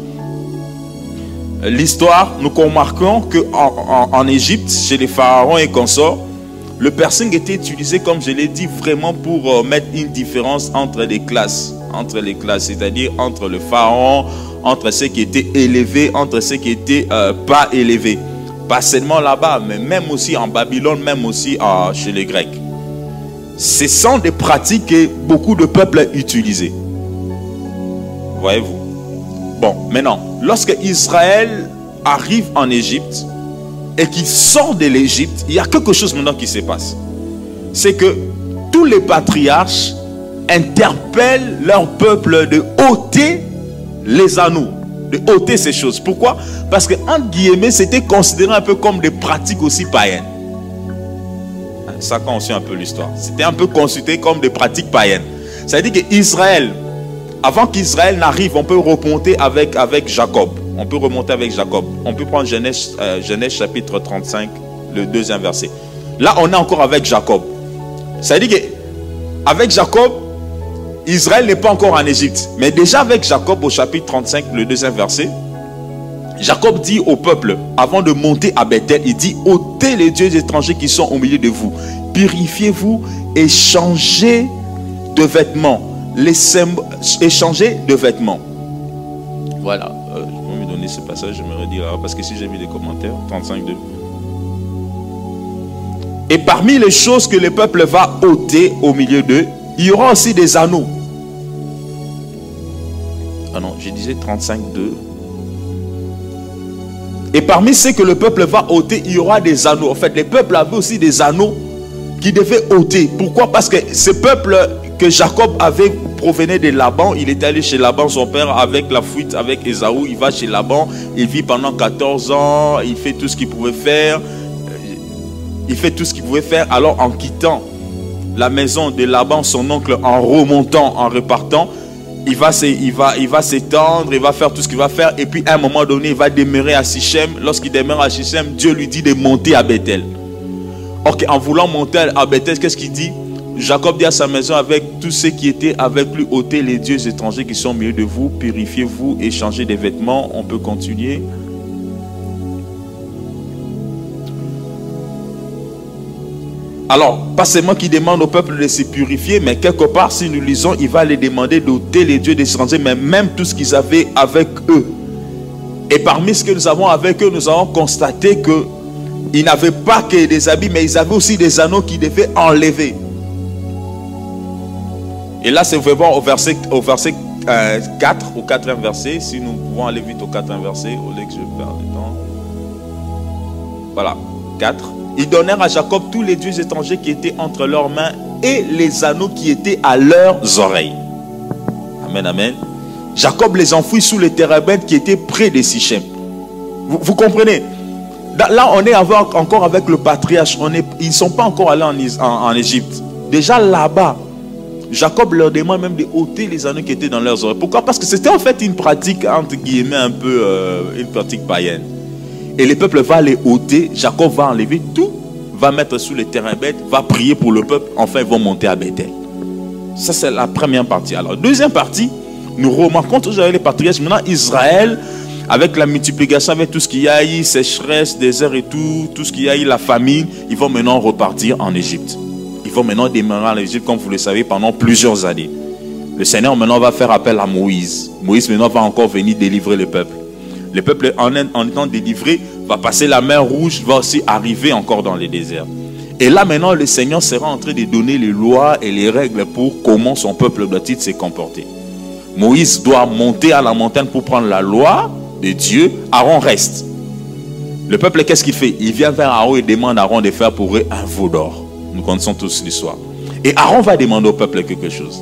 l'histoire, nous remarquons qu'en en, en Égypte, chez les pharaons et consorts, le piercing était utilisé, comme je l'ai dit, vraiment pour euh, mettre une différence entre les classes. Entre les classes, c'est-à-dire entre le pharaon, entre ceux qui étaient élevés, entre ceux qui étaient euh, pas élevés. Pas seulement là-bas, mais même aussi en Babylone, même aussi euh, chez les Grecs. Ce sont des pratiques que beaucoup de peuples utilisaient. Voyez-vous? Bon, maintenant, lorsque Israël arrive en Égypte et qu'il sort de l'Égypte, il y a quelque chose maintenant qui se passe. C'est que tous les patriarches interpellent leur peuple de ôter les anneaux, de ôter ces choses. Pourquoi? Parce que, entre guillemets, c'était considéré un peu comme des pratiques aussi païennes. Ça conçut un peu l'histoire. C'était un peu consulté comme des pratiques païennes. Ça veut dire qu'Israël, avant qu'Israël n'arrive, on peut remonter avec, avec Jacob. On peut remonter avec Jacob. On peut prendre Genèse, euh, Genèse chapitre trente-cinq, le deuxième verset. Là, on est encore avec Jacob. Ça veut dire qu'avec Jacob, Israël n'est pas encore en Égypte. Mais déjà avec Jacob, au chapitre trente-cinq, le deuxième verset, Jacob dit au peuple, avant de monter à Bethel, il dit, ôtez les dieux étrangers qui sont au milieu de vous. Purifiez-vous et changez de vêtements. Les échangez de vêtements. Voilà. Euh, je vais me donner ce passage, je me redis là, parce que si j'ai mis des commentaires, trente-cinq deux. Et parmi les choses que le peuple va ôter au milieu d'eux, il y aura aussi des anneaux. Ah non, je disais trente-cinq deux. Et parmi ceux que le peuple va ôter, il y aura des anneaux. En fait, les peuples avaient aussi des anneaux qui devaient ôter. Pourquoi? Parce que ce peuple que Jacob avait provenait de Laban. Il était allé chez Laban, son père, avec la fuite, avec Ésaü. Il va chez Laban, il vit pendant quatorze ans, il fait tout ce qu'il pouvait faire. Il fait tout ce qu'il pouvait faire. Alors en quittant la maison de Laban, son oncle, en remontant, en repartant, il va, il va, il va s'étendre, il va faire tout ce qu'il va faire. Et puis à un moment donné, il va demeurer à Sichem. Lorsqu'il demeure à Sichem, Dieu lui dit de monter à Bethel. Ok, en voulant monter à Bethel, qu'est-ce qu'il dit? Jacob dit à sa maison, avec tous ceux qui étaient avec lui, ôtez les dieux étrangers qui sont au milieu de vous, purifiez-vous et changez des vêtements. On peut continuer. Alors, pas seulement qu'il demande au peuple de se purifier, mais quelque part, si nous lisons, il va les demander d'ôter les dieux étrangers, mais même tout ce qu'ils avaient avec eux. Et parmi ce que nous avons avec eux, nous avons constaté que ils n'avaient pas que des habits, mais ils avaient aussi des anneaux qu'ils devaient enlever. Et là, c'est vraiment au verset, au verset euh, quatre, au quatrième verset. Si nous pouvons aller vite au quatrième verset, au lieu que je perde le temps. Voilà, quatre. Ils donnèrent à Jacob tous les dieux étrangers qui étaient entre leurs mains et les anneaux qui étaient à leurs oreilles. Amen, amen. Jacob les enfouit sous les térébintes qui étaient près de Sichem. Vous, vous comprenez? Là, on est avec, encore avec le patriarche. On est, ils ne sont pas encore allés en, en, en Égypte. Déjà là-bas, Jacob leur demande même de ôter les anneaux qui étaient dans leurs oreilles. Pourquoi? Parce que c'était en fait une pratique, entre guillemets, un peu euh, une pratique païenne. Et le peuple va les ôter. Jacob va enlever tout, va mettre sous les térébintes, va prier pour le peuple. Enfin, ils vont monter à Bethel. Ça, c'est la première partie. Alors, deuxième partie, nous remarquons toujours avec les patriarches. Maintenant, Israël, avec la multiplication, avec tout ce qu'il y a eu, sécheresse, désert et tout, tout ce qu'il y a eu, la famine, ils vont maintenant repartir en Égypte. Ils vont maintenant demeurer en Égypte, comme vous le savez, pendant plusieurs années. Le Seigneur maintenant va faire appel à Moïse. Moïse maintenant va encore venir délivrer le peuple. Le peuple, en, en étant délivré, va passer la mer Rouge, va aussi arriver encore dans les déserts. Et là maintenant, le Seigneur sera en train de donner les lois et les règles pour comment son peuple doit-il se comporter. Moïse doit monter à la montagne pour prendre la loi de Dieu. Aaron reste. Le peuple, qu'est-ce qu'il fait? Il vient vers Aaron et demande à Aaron de faire pour eux un veau d'or. Nous connaissons tous l'histoire. Et Aaron va demander au peuple quelque chose.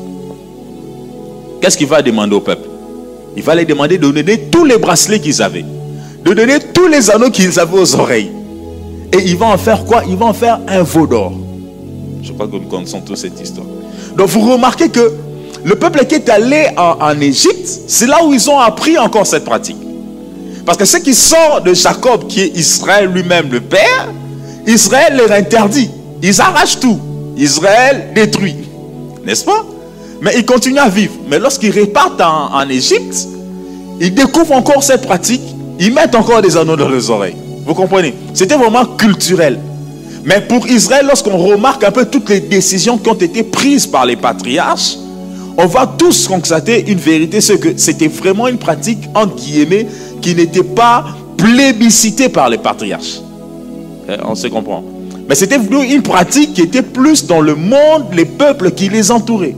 Qu'est-ce qu'il va demander au peuple? Il va les demander de donner tous les bracelets qu'ils avaient, de donner tous les anneaux qu'ils avaient aux oreilles. Et il va en faire quoi? Il va en faire un veau d'or. Je crois que nous connaissons tous cette histoire. Donc vous remarquez que le peuple qui est allé en, en Égypte, c'est là où ils ont appris encore cette pratique. Parce que ce qui sort de Jacob, qui est Israël lui-même le père, Israël leur interdit. Ils arrachent tout. Israël détruit. N'est-ce pas? Mais ils continuent à vivre. Mais lorsqu'ils repartent en, en Égypte, ils découvrent encore cette pratique. Ils mettent encore des anneaux dans les oreilles. Vous comprenez? C'était vraiment culturel. Mais pour Israël, lorsqu'on remarque un peu toutes les décisions qui ont été prises par les patriarches, on va tous constater une vérité, c'est que c'était vraiment une pratique, entre guillemets, qui n'était pas plébiscitée par les patriarches. On se comprend. Mais c'était une pratique qui était plus dans le monde, les peuples qui les entouraient.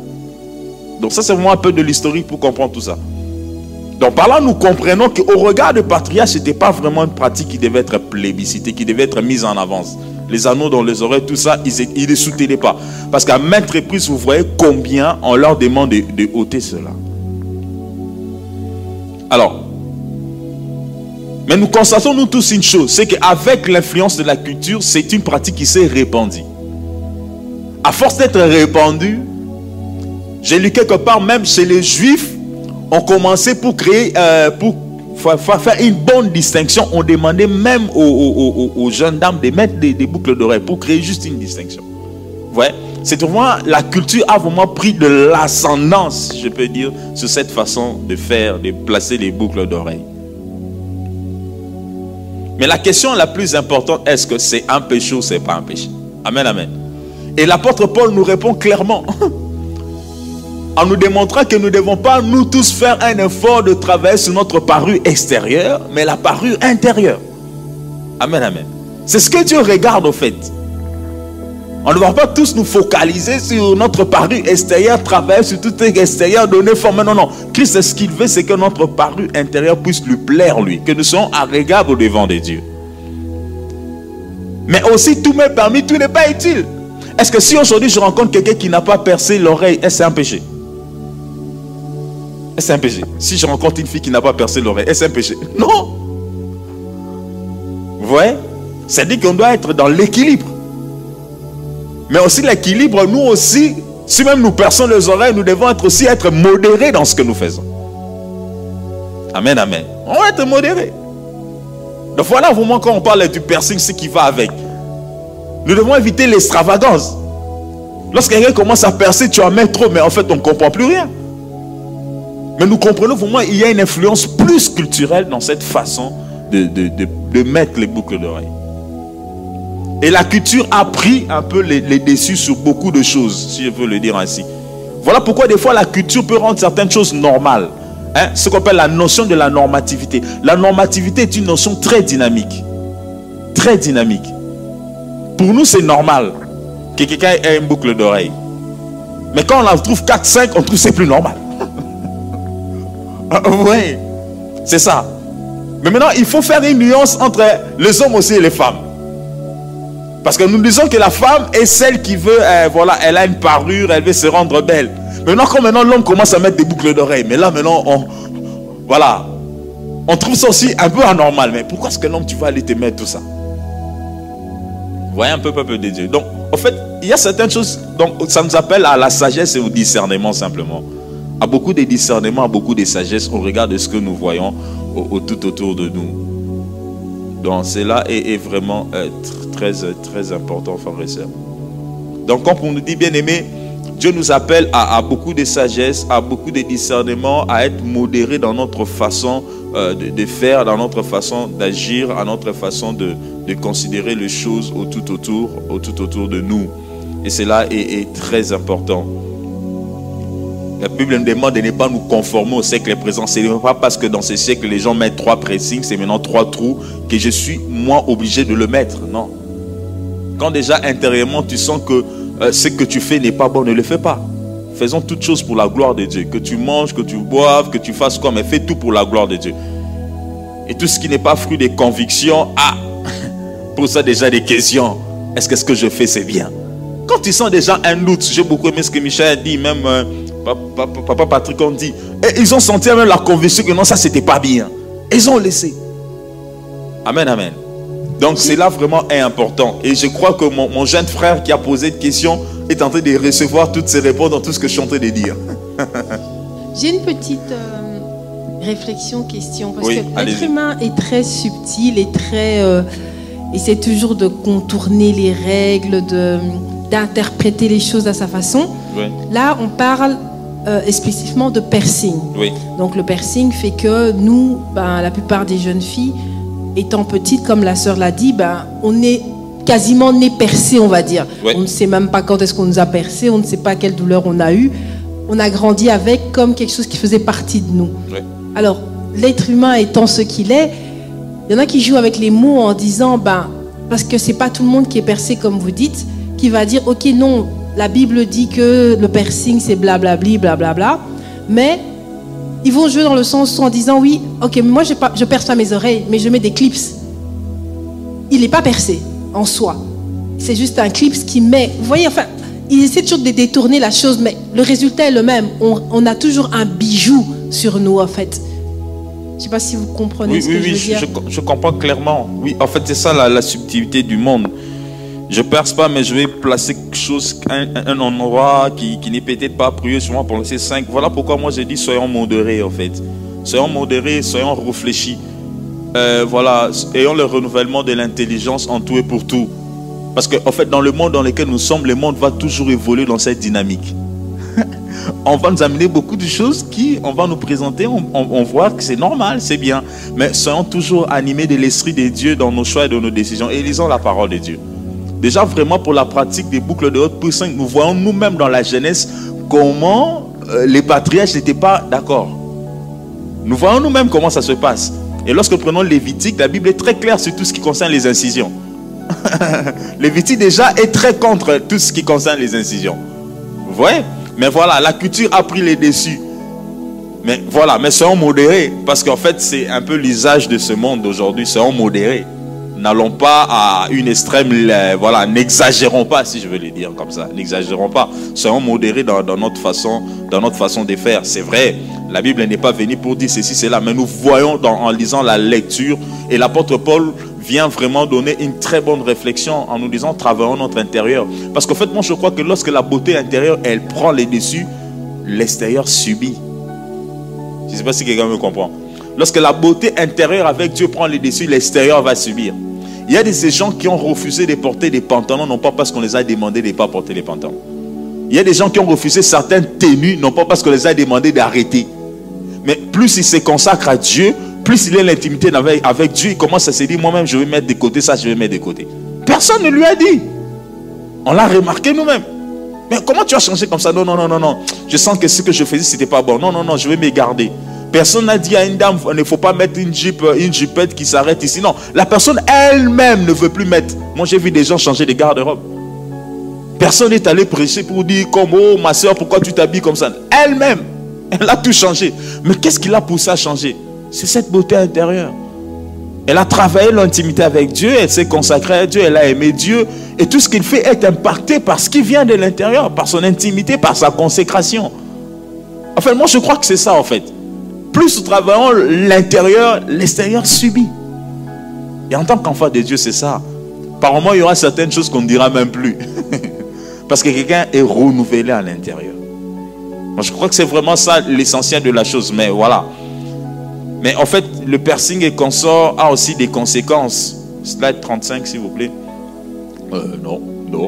Donc ça, c'est vraiment un peu de l'historique pour comprendre tout ça. Donc par là, nous comprenons qu'au regard de patriarche, ce n'était pas vraiment une pratique qui devait être plébiscitée, qui devait être mise en avance. Les anneaux dans les oreilles, tout ça, ils ne les soutenaient pas. Parce qu'à maintes reprises, vous voyez combien on leur demande de, de ôter cela. Alors, mais nous constatons nous tous une chose, c'est qu'avec l'influence de la culture, c'est une pratique qui s'est répandue. À force d'être répandue, j'ai lu quelque part, même chez les Juifs, on commençait pour créer, euh, pour faire une bonne distinction. On demandait même aux, aux, aux, aux jeunes dames de mettre des, des boucles d'oreilles pour créer juste une distinction. Vous voyez, c'est vraiment, la culture a vraiment pris de l'ascendance, je peux dire, sur cette façon de faire, de placer les boucles d'oreilles. Mais la question la plus importante, est-ce que c'est un péché ou c'est pas un péché? Amen, amen. Et l'apôtre Paul nous répond clairement, en nous démontrant que nous ne devons pas nous tous faire un effort de travailler sur notre parure extérieure, mais la parure intérieure. Amen, amen. C'est ce que Dieu regarde au fait. On ne va pas tous nous focaliser sur notre parure extérieure, travailler sur tout extérieur, donner forme. Non, non. Christ, ce qu'il veut, c'est que notre parure intérieure puisse lui plaire, lui. Que nous soyons agréables au devant de Dieu. Mais aussi, tout m'est permis, tout n'est pas utile. Est-ce que si aujourd'hui je rencontre quelqu'un qui n'a pas percé l'oreille, est-ce que c'est un péché? Est-ce un péché? Si je rencontre une fille qui n'a pas percé l'oreille, est-ce un péché? Non. Vous voyez? C'est-à-dire qu'on doit être dans l'équilibre. Mais aussi l'équilibre, nous aussi, si même nous perçons les oreilles, nous devons être aussi être modérés dans ce que nous faisons. Amen, amen. On va être modérés. Donc voilà vraiment quand on parle du piercing, ce qui va avec. Nous devons éviter l'extravagance. Lorsque quelqu'un commence à percer, tu en mets trop, mais en fait on ne comprend plus rien. Mais nous comprenons vraiment qu'il y a une influence plus culturelle dans cette façon de, de, de, de mettre les boucles d'oreilles. Et la culture a pris un peu les, les dessus sur beaucoup de choses, si je veux le dire ainsi. Voilà pourquoi des fois la culture peut rendre certaines choses normales. Hein, ce qu'on appelle la notion de la normativité. La normativité est une notion très dynamique. Très dynamique. Pour nous, c'est normal que quelqu'un ait une boucle d'oreille. Mais quand on en trouve quatre, cinq, on trouve que c'est plus normal. Oui, c'est ça. Mais maintenant, il faut faire une nuance entre les hommes aussi et les femmes. Parce que nous disons que la femme est celle qui veut, euh, voilà, elle a une parure, elle veut se rendre belle. Maintenant, quand maintenant l'homme commence à mettre des boucles d'oreilles, mais là maintenant, on, voilà, on trouve ça aussi un peu anormal. Mais pourquoi est-ce que l'homme, tu vas aller te mettre tout ça? Vous voyez un peu, peuple de Dieu. Donc, en fait, il y a certaines choses, donc ça nous appelle à la sagesse et au discernement simplement. À beaucoup de discernement, à beaucoup de sagesse au regard de ce que nous voyons au, au, tout autour de nous. Donc, cela est, est vraiment euh, très, très important, frères et sœurs. Donc, comme on nous dit, bien aimé, Dieu nous appelle à, à beaucoup de sagesse, à beaucoup de discernement, à être modéré dans notre façon euh, de, de faire, dans notre façon d'agir, à notre façon de, de considérer les choses au tout autour, au tout autour de nous. Et cela est, est très important. La Bible nous demande de ne pas nous conformer au siècle présent. Ce n'est pas parce que dans ce siècle, les gens mettent trois pressings, c'est maintenant trois trous, que je suis, moi, obligé de le mettre. Non. Quand déjà, intérieurement, tu sens que euh, ce que tu fais n'est pas bon, ne le fais pas. Faisons toutes choses pour la gloire de Dieu. Que tu manges, que tu boives, que tu fasses quoi, mais fais tout pour la gloire de Dieu. Et tout ce qui n'est pas fruit des convictions, ah, pour ça déjà des questions. Est-ce que ce que je fais, c'est bien? Quand tu sens déjà un doute, j'ai beaucoup aimé ce que Michel a dit, même... Euh, Papa, papa Patrick, on dit, et ils ont senti même la conviction que non, ça c'était pas bien. Et ils ont laissé. Amen, amen. Donc c'est là vraiment important. Et je crois que mon, mon jeune frère qui a posé une question est en train de recevoir toutes ces réponses dans tout ce que je suis en train de dire. J'ai une petite euh, réflexion, question. Parce oui, que l'être humain est très subtil et très... Euh, essaie toujours de contourner les règles, de, d'interpréter les choses à sa façon. Oui. Là, on parle... Euh, spécifiquement de piercing. Oui. Donc le piercing fait que nous, ben, la plupart des jeunes filles, étant petites, comme la sœur l'a dit, ben, on est quasiment né percé, on va dire. Oui. On ne sait même pas quand est-ce qu'on nous a percé, on ne sait pas quelle douleur on a eu. On a grandi avec comme quelque chose qui faisait partie de nous. Oui. Alors, l'être humain étant ce qu'il est, il y en a qui jouent avec les mots en disant, ben, parce que c'est pas tout le monde qui est percé comme vous dites, qui va dire, ok, non, la Bible dit que le piercing c'est blablabli, blablabla. Mais ils vont jouer dans le sens en disant oui, ok, moi je, je perce pas mes oreilles, mais je mets des clips. Il n'est pas percé en soi. C'est juste un clip qui met. Vous voyez, enfin, ils essaient toujours de détourner la chose, mais le résultat est le même. On, on a toujours un bijou sur nous en fait. Je ne sais pas si vous comprenez oui, ce oui, que oui, je veux je, dire. Je, je comprends clairement. Oui, en fait, c'est ça la, la subtilité du monde. Je perce pas, mais je vais placer quelque chose, un, un endroit qui, qui n'est peut-être pas prieux sur moi pour laisser cinq. Voilà pourquoi moi j'ai dit soyons modérés en fait. Soyons modérés, soyons réfléchis. Euh, voilà, ayons le renouvellement de l'intelligence en tout et pour tout. Parce que en fait, dans le monde dans lequel nous sommes, le monde va toujours évoluer dans cette dynamique. On va nous amener beaucoup de choses qui, on va nous présenter, on, on, on voit que c'est normal, c'est bien. Mais soyons toujours animés de l'Esprit de Dieu dans nos choix et dans nos décisions. Et lisons la parole de Dieu. Déjà vraiment pour la pratique des boucles de haute puissance, nous voyons nous-mêmes dans la Genèse comment euh, les patriarches n'étaient pas d'accord. Nous voyons nous-mêmes comment ça se passe. Et lorsque nous prenons Lévitique, la Bible est très claire sur tout ce qui concerne les incisions. Lévitique déjà est très contre tout ce qui concerne les incisions. Vous voyez? Mais voilà, la culture a pris les dessus. Mais voilà, mais soyons modérés. Parce qu'en fait, c'est un peu l'usage de ce monde d'aujourd'hui. Soyons modérés. n'allons pas à une extrême, voilà, n'exagérons pas, si je veux le dire comme ça, n'exagérons pas, soyons modérés dans, dans, notre façon, dans notre façon de faire. C'est vrai, la Bible n'est pas venue pour dire ceci, cela, mais nous voyons dans, en lisant la lecture, et l'apôtre Paul vient vraiment donner une très bonne réflexion en nous disant, travaillons notre intérieur. Parce qu'en fait, moi je crois que lorsque la beauté intérieure, elle prend les dessus, l'extérieur subit. Je ne sais pas si quelqu'un me comprend. Lorsque la beauté intérieure avec Dieu prend les dessus, l'extérieur va subir. Il y a des ces gens qui ont refusé de porter des pantalons, non pas parce qu'on les a demandé de ne pas porter les pantalons. Il y a des gens qui ont refusé certaines tenues, non pas parce qu'on les a demandé d'arrêter. Mais plus il se consacre à Dieu, plus il a l'intimité avec, avec Dieu, il commence à se dire, moi-même je vais mettre de côté ça, je vais mettre de côté. Personne ne lui a dit. On l'a remarqué nous-mêmes. Mais comment tu as changé comme ça? Non, non, non, non, non. Je sens que ce que je faisais, c'était pas bon. Non, non, non, je vais me garder. Personne n'a dit à une dame, il ne faut pas mettre une jupe, une jupette qui s'arrête ici. Non, la personne elle-même ne veut plus mettre. Moi, j'ai vu des gens changer de garde-robe. Personne n'est allé prêcher pour dire comme, oh ma soeur, pourquoi tu t'habilles comme ça? Elle-même, elle a tout changé. Mais qu'est-ce qui l'a poussé à changer? C'est cette beauté intérieure. Elle a travaillé l'intimité avec Dieu, elle s'est consacrée à Dieu, elle a aimé Dieu. Et tout ce qu'il fait est impacté par ce qui vient de l'intérieur, par son intimité, par sa consécration. Enfin, moi je crois que c'est ça en fait. Plus nous travaillons l'intérieur, l'extérieur subit. Et en tant qu'enfant de Dieu, c'est ça. Par moment, il y aura certaines choses qu'on ne dira même plus. Parce que quelqu'un est renouvelé à l'intérieur. Moi, je crois que c'est vraiment ça l'essentiel de la chose. Mais voilà. Mais en fait, le piercing et consort a aussi des conséquences. Slide trente-cinq, s'il vous plaît. Euh, non, non.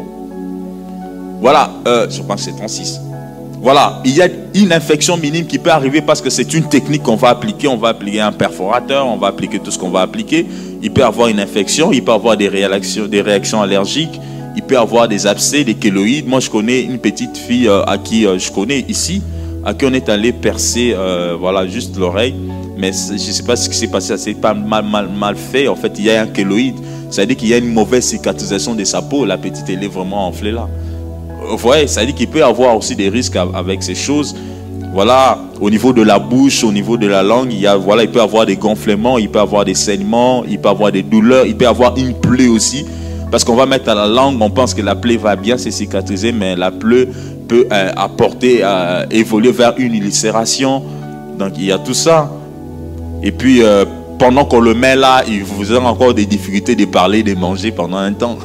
Voilà, euh, je pense que c'est trente-six. Voilà, il y a une infection minime qui peut arriver parce que c'est une technique qu'on va appliquer. On va appliquer un perforateur, on va appliquer tout ce qu'on va appliquer. Il peut avoir une infection, il peut avoir des réactions, des réactions allergiques, il peut avoir des abcès, des kéloïdes. Moi, je connais une petite fille euh, à qui euh, je connais ici, à qui on est allé percer, euh, voilà, juste l'oreille. Mais je ne sais pas ce qui s'est passé, ça s'est pas mal, mal, mal fait. En fait, il y a un kéloïde, c'est-à-dire qu'il y a une mauvaise cicatrisation de sa peau. La petite, elle est vraiment enflée là. Vous voyez, ça veut dire qu'il peut y avoir aussi des risques avec ces choses. Voilà, au niveau de la bouche, au niveau de la langue, il, y a, voilà, il peut y avoir des gonflements, il peut y avoir des saignements, il peut y avoir des douleurs, il peut y avoir une plaie aussi. Parce qu'on va mettre à la langue, on pense que la plaie va bien se cicatriser, mais la plaie peut euh, apporter, euh, évoluer vers une ulcération. Donc il y a tout ça. Et puis, euh, pendant qu'on le met là, il vous aura encore des difficultés de parler, de manger pendant un temps.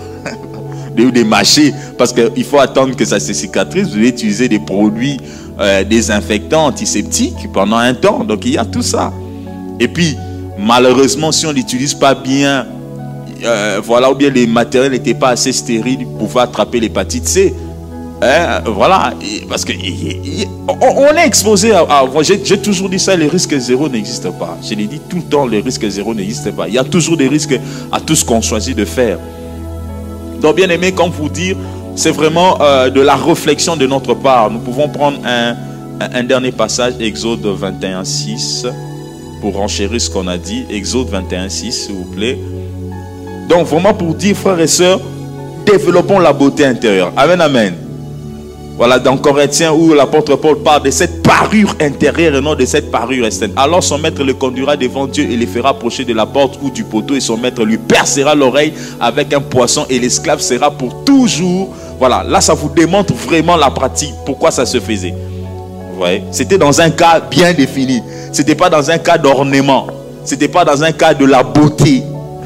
Ou des mâcher, parce qu'il faut attendre que ça se cicatrise. Vous devez utiliser des produits euh, désinfectants, antiseptiques pendant un temps. Donc il y a tout ça. Et puis malheureusement, si on l'utilise pas bien, euh, voilà, ou bien les matériels n'étaient pas assez stériles pour pouvoir attraper l'hépatite C. Hein, voilà, et parce que et, et, on, on est exposé à, à j'ai toujours dit ça, les risques zéro n'existent pas. Je l'ai dit tout le temps, les risques zéro n'existent pas. Il y a toujours des risques à tout ce qu'on choisit de faire. Donc bien aimé, comme vous dire, c'est vraiment euh, de la réflexion de notre part. Nous pouvons prendre un, un, un dernier passage, Exode vingt et un, six, pour renchérir ce qu'on a dit. Exode vingt et un, six, s'il vous plaît. Donc vraiment pour dire, frères et sœurs, développons la beauté intérieure. Amen, amen. Voilà, dans Corinthiens où l'apôtre Paul parle de cette parure intérieure et non de cette parure externe. Alors son maître le conduira devant Dieu et le fera approcher de la porte ou du poteau, et son maître lui percera l'oreille avec un poisson, et l'esclave sera pour toujours. Voilà, là ça vous démontre vraiment la pratique, pourquoi ça se faisait. Vous voyez, c'était dans un cas bien défini. C'était pas dans un cas d'ornement. C'était pas dans un cas de la beauté.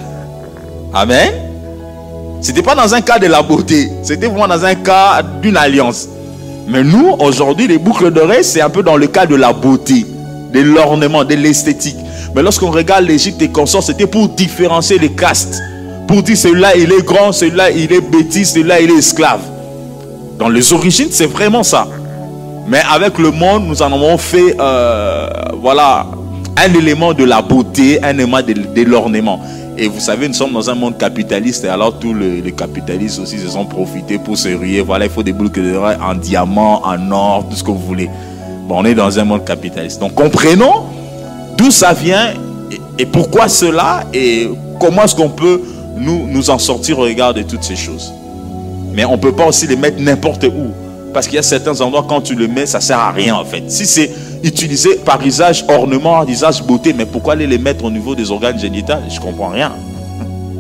Amen. C'était pas dans un cas de la beauté. C'était vraiment dans un cas d'une alliance. Mais nous, aujourd'hui, les boucles d'oreilles, c'est un peu dans le cas de la beauté, de l'ornement, de l'esthétique. Mais lorsqu'on regarde l'Égypte et consorts, c'était pour différencier les castes. Pour dire celui-là, il est grand, celui-là, il est bêtise, celui-là, il est esclave. Dans les origines, c'est vraiment ça. Mais avec le monde, nous en avons fait, euh, voilà, un élément de la beauté, un élément de, de l'ornement. Et vous savez, nous sommes dans un monde capitaliste, et alors tous les, les capitalistes aussi se sont profités pour se ruer. Voilà, il faut des boucles d'oreilles en diamant, en or, tout ce que vous voulez. Bon, on est dans un monde capitaliste. Donc comprenons d'où ça vient et, et pourquoi cela, et comment est-ce qu'on peut nous, nous en sortir au regard de toutes ces choses. Mais on ne peut pas aussi les mettre n'importe où. Parce qu'il y a certains endroits, quand tu le mets, ça ne sert à rien en fait. Si c'est utilisé par usage ornement, usage beauté, mais pourquoi aller les mettre au niveau des organes génitaux? Je ne comprends rien.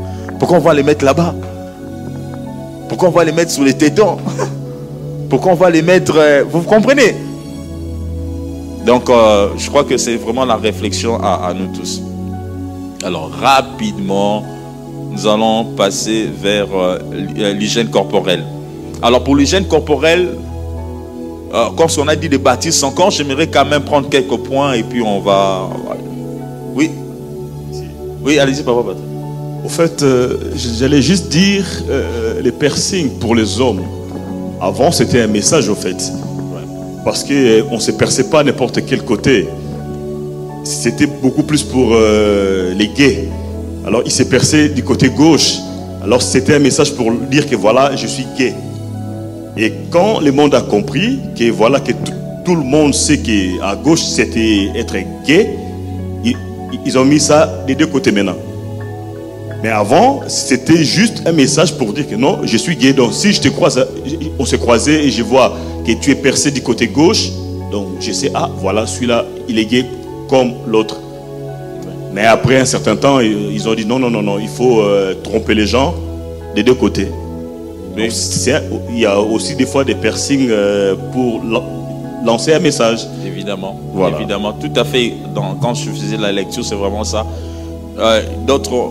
Pourquoi on va les mettre là-bas? Pourquoi on va les mettre sous les tétons? Pourquoi on va les mettre... Euh, vous comprenez? Donc, euh, je crois que c'est vraiment la réflexion à, à nous tous. Alors, rapidement, nous allons passer vers euh, l'hygiène corporelle. Alors, pour l'hygiène corporelle, euh, comme on a dit de bâtir son corps, j'aimerais quand même prendre quelques points et puis on va... Oui. Oui, allez-y, papa. Patrick. Au fait, euh, j'allais juste dire euh, les piercings pour les hommes. Avant, c'était un message, au fait. Parce qu'on ne se perçait pas à n'importe quel côté. C'était beaucoup plus pour euh, les gays. Alors, il s'est percé du côté gauche. Alors, c'était un message pour dire que voilà, je suis gay. Et quand le monde a compris que voilà, que tout, tout le monde sait qu'à gauche, c'était être gay, ils, ils ont mis ça des deux côtés maintenant. Mais avant, c'était juste un message pour dire que non, je suis gay. Donc, si je te croise, on s'est croisé et je vois que tu es percé du côté gauche, donc je sais, ah, voilà, celui-là, il est gay comme l'autre. Mais après un certain temps, ils ont dit non, non, non, non, il faut euh, tromper les gens des deux côtés. Donc, il y a aussi des fois des piercings euh, pour lancer un message. Évidemment, voilà. Évidemment, tout à fait. Dans, quand je faisais la lecture, c'est vraiment ça. Euh, D'autres...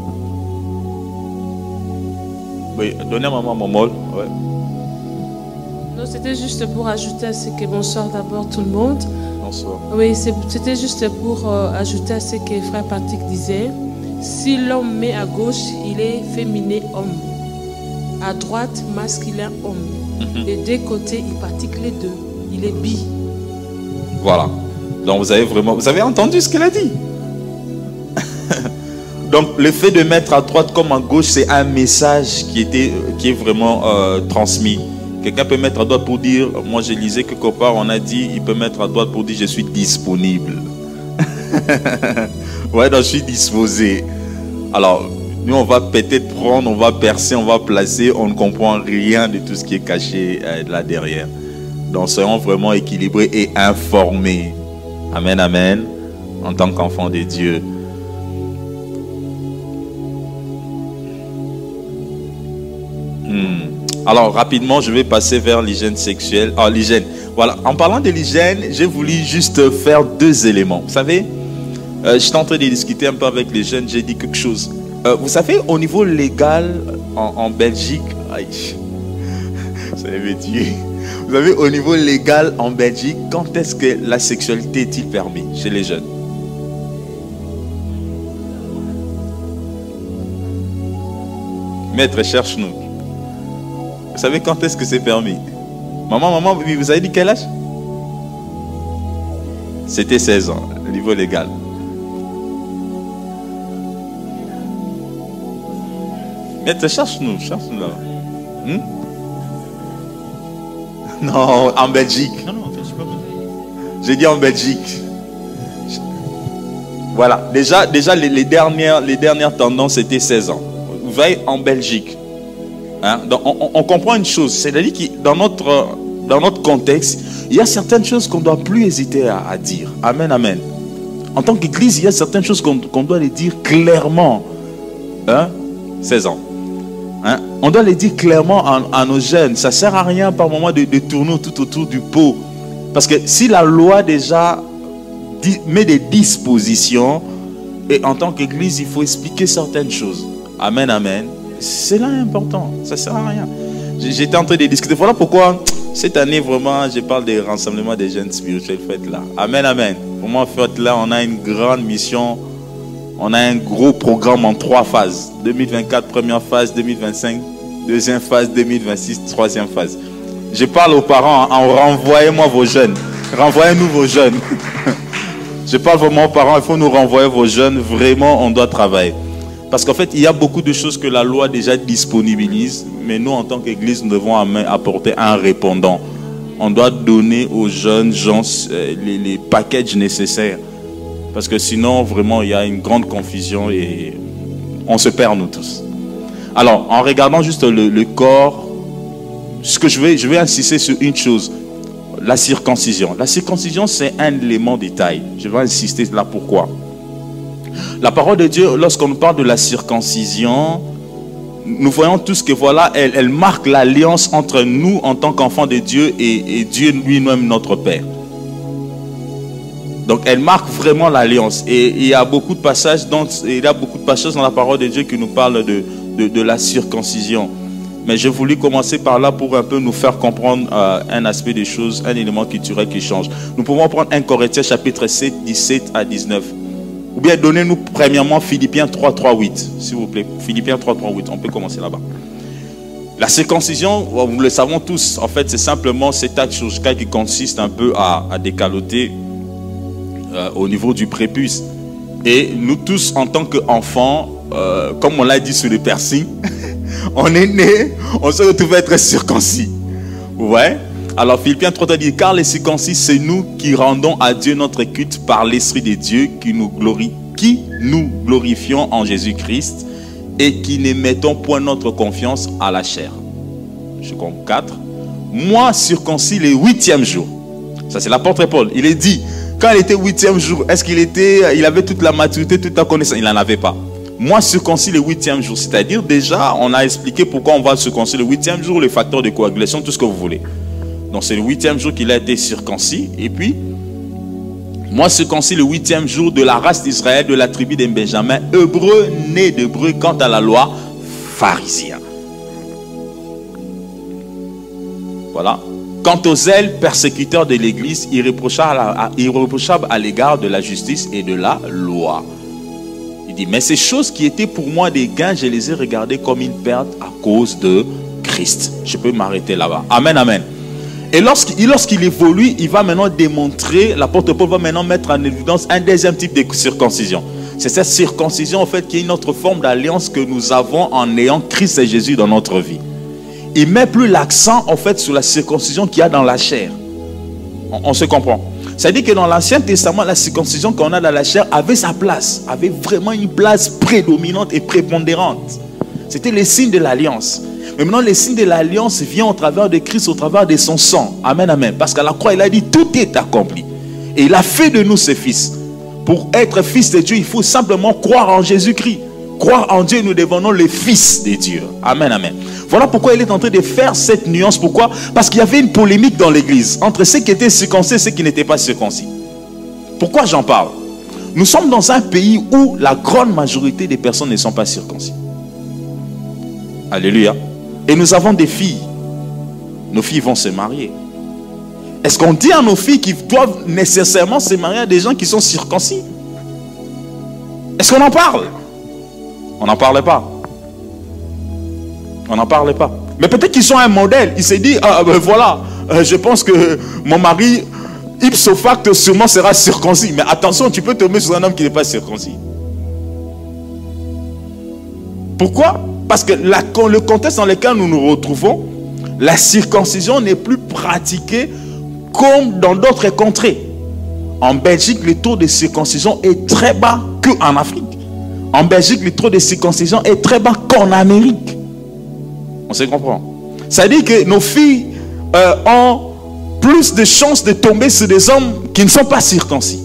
Oui, donnez à maman mon mot. Ouais. Non, c'était juste pour ajouter à ce que... Bonsoir d'abord tout le monde. Bonsoir. Oui, c'était juste pour euh, ajouter à ce que frère Patrick disait. Si l'homme met à gauche, il est féminin homme. À droite, masculin homme. Mm-hmm. Les deux côtés, il pratique les deux. Il est bi. Voilà. Donc vous avez vraiment... Vous avez entendu ce qu'elle a dit? Donc le fait de mettre à droite comme à gauche, c'est un message qui, était, qui est vraiment euh, transmis. Quelqu'un peut mettre à droite pour dire, moi je lisais quelque part, on a dit, il peut mettre à droite pour dire je suis disponible. Ouais, donc je suis disposé. Alors, nous on va peut-être prendre, on va percer, on va placer, on ne comprend rien de tout ce qui est caché euh, là derrière. Donc soyons vraiment équilibrés et informés. Amen, amen. En tant qu'enfant de Dieu. Hmm. Alors rapidement, je vais passer vers l'hygiène sexuelle. Ah, l'hygiène. Voilà. En parlant de l'hygiène, j'ai voulu juste faire deux éléments. Vous savez, euh, j'étais en train de discuter un peu avec les jeunes. J'ai dit quelque chose. Euh, vous savez, au niveau légal en, en Belgique, aïe, ça me tuer. Vous savez, au niveau légal en Belgique, quand est-ce que la sexualité est-il permis chez les jeunes? Maître, cherche-nous. Vous savez quand est-ce que c'est permis? Maman, maman, vous avez dit quel âge? C'était seize ans, au niveau légal. Maître, cherche-nous, cherche-nous là. Hmm? Non, en Belgique. Non, non, en fait, je sais pas. J'ai dit en Belgique. Voilà, déjà, déjà les, les, dernières, les dernières tendances c'était seize ans. Vous voyez, en Belgique. Hein? Donc, on, on comprend une chose, c'est-à-dire que dans notre, dans notre contexte, il y a certaines choses qu'on ne doit plus hésiter à, à dire. Amen, amen. En tant qu'église, il y a certaines choses qu'on qu'on doit les dire clairement. Hein? seize ans. Hein? On doit les dire clairement à, à nos jeunes. Ça ne sert à rien par moment de, de tourner tout autour du pot. Parce que si la loi déjà dit, met des dispositions, et en tant qu'église, il faut expliquer certaines choses. Amen, amen. C'est là important. Ça ne sert à rien. J'étais en train de discuter. Voilà pourquoi cette année, vraiment, je parle des rassemblements des jeunes spirituels faites là. Amen, amen. Pour moi, faites là, on a une grande mission. On a un gros programme en trois phases. deux mille vingt-quatre, première phase, deux mille vingt-cinq, deuxième phase, deux mille vingt-six, troisième phase. Je parle aux parents, en renvoyez-moi vos jeunes. Renvoyez-nous vos jeunes. Je parle vraiment aux parents, il faut nous renvoyer vos jeunes. Vraiment, on doit travailler. Parce qu'en fait, il y a beaucoup de choses que la loi déjà disponibilise. Mais nous, en tant qu'église, nous devons apporter un répondant. On doit donner aux jeunes gens les, les packages nécessaires. Parce que sinon, vraiment, il y a une grande confusion et on se perd, nous tous. Alors, en regardant juste le, le corps, ce que je vais, je vais insister sur une chose, la circoncision. La circoncision, c'est un élément détail. Je vais insister là pourquoi. La parole de Dieu, lorsqu'on parle de la circoncision, nous voyons tous que voilà, elle, elle marque l'alliance entre nous en tant qu'enfants de Dieu et, et Dieu lui-même, notre Père. Donc elle marque vraiment l'alliance. Et il y a beaucoup de passages dans, il y a beaucoup de passages dans la parole de Dieu qui nous parlent de, de, de la circoncision. Mais je voulais commencer par là pour un peu nous faire comprendre euh, un aspect des choses, un élément culturel qui change. Nous pouvons prendre un Corinthiens chapitre sept, dix-sept à dix-neuf. Ou bien donnez-nous premièrement Philippiens trois, trois, huit. S'il vous plaît, Philippiens trois, trois, huit. On peut commencer là-bas. La circoncision, nous le savons tous, en fait, c'est simplement cet acte chirurgical qui consiste un peu à, à décaloter euh, au niveau du prépuce. Et nous tous, en tant qu'enfants, euh, comme on l'a dit sur le piercing, on est né, on se retrouve à être circoncis. Ouais. Alors Philippiens trois dit, car les circoncis, c'est nous qui rendons à Dieu notre culte par l'Esprit de Dieu qui nous glorifie, qui nous glorifions en Jésus-Christ et qui ne mettons point notre confiance à la chair. Je compte quatre. Moi circoncis le huitième jour. Ça c'est l'apôtre Paul. Il est dit, quand il était huitième jour, est-ce qu'il était, il avait toute la maturité, toute la connaissance? Il n'en avait pas. Moi circoncis le huitième jour. C'est-à-dire déjà, on a expliqué pourquoi on va circoncis le huitième jour, le facteur de coagulation, tout ce que vous voulez. Donc c'est le huitième jour qu'il a été circoncis. Et puis, moi circoncis le huitième jour de la race d'Israël, de la tribu de Benjamin, hébreu, né d'hébreu, quant à la loi, pharisien. Voilà. Quant aux zèles persécuteurs de l'église, irréprochables à l'égard de la justice et de la loi. Il dit, mais ces choses qui étaient pour moi des gains, je les ai regardées comme une perte à cause de Christ. Je peux m'arrêter là-bas. Amen, amen. Et lorsqu'il lorsqu'il évolue, il va maintenant démontrer, l'apôtre Paul va maintenant mettre en évidence un deuxième type de circoncision. C'est cette circoncision en fait qui est une autre forme d'alliance que nous avons en ayant Christ et Jésus dans notre vie. Il ne met plus l'accent en fait sur la circoncision qu'il y a dans la chair. On, on se comprend. C'est-à-dire que dans l'Ancien Testament, la circoncision qu'on a dans la chair avait sa place, avait vraiment une place prédominante et prépondérante. C'était les signes de l'alliance. Mais maintenant, les signes de l'alliance viennent au travers de Christ, au travers de son sang. Amen, amen. Parce qu'à la croix, il a dit, tout est accompli. Et il a fait de nous ses fils. Pour être fils de Dieu, il faut simplement croire en Jésus-Christ. Croire en Dieu, nous devenons les fils de Dieu. Amen, amen. Voilà pourquoi il est en train de faire cette nuance. Pourquoi? Parce qu'il y avait une polémique dans l'église entre ceux qui étaient circoncis et ceux qui n'étaient pas circoncis. Pourquoi j'en parle? Nous sommes dans un pays où la grande majorité des personnes ne sont pas circoncis. Alléluia. Et nous avons des filles. Nos filles vont se marier. Est-ce qu'on dit à nos filles qu'ils doivent nécessairement se marier à des gens qui sont circoncis? Est-ce qu'on en parle? On n'en parle pas. On n'en parle pas. Mais peut-être qu'ils sont un modèle. Il s'est dit, ah, ben voilà, euh, je pense que mon mari, ipso facto, sûrement sera circoncis. Mais attention, tu peux tomber sur un homme qui n'est pas circoncis. Pourquoi? Parce que la, le contexte dans lequel nous nous retrouvons, la circoncision n'est plus pratiquée comme dans d'autres contrées. En Belgique, le taux de circoncision est très bas qu'en Afrique. En Belgique, le taux de circoncision est très bas qu'en Amérique. On se comprend. Ça veut dire que nos filles euh, ont plus de chances de tomber sur des hommes qui ne sont pas circoncis.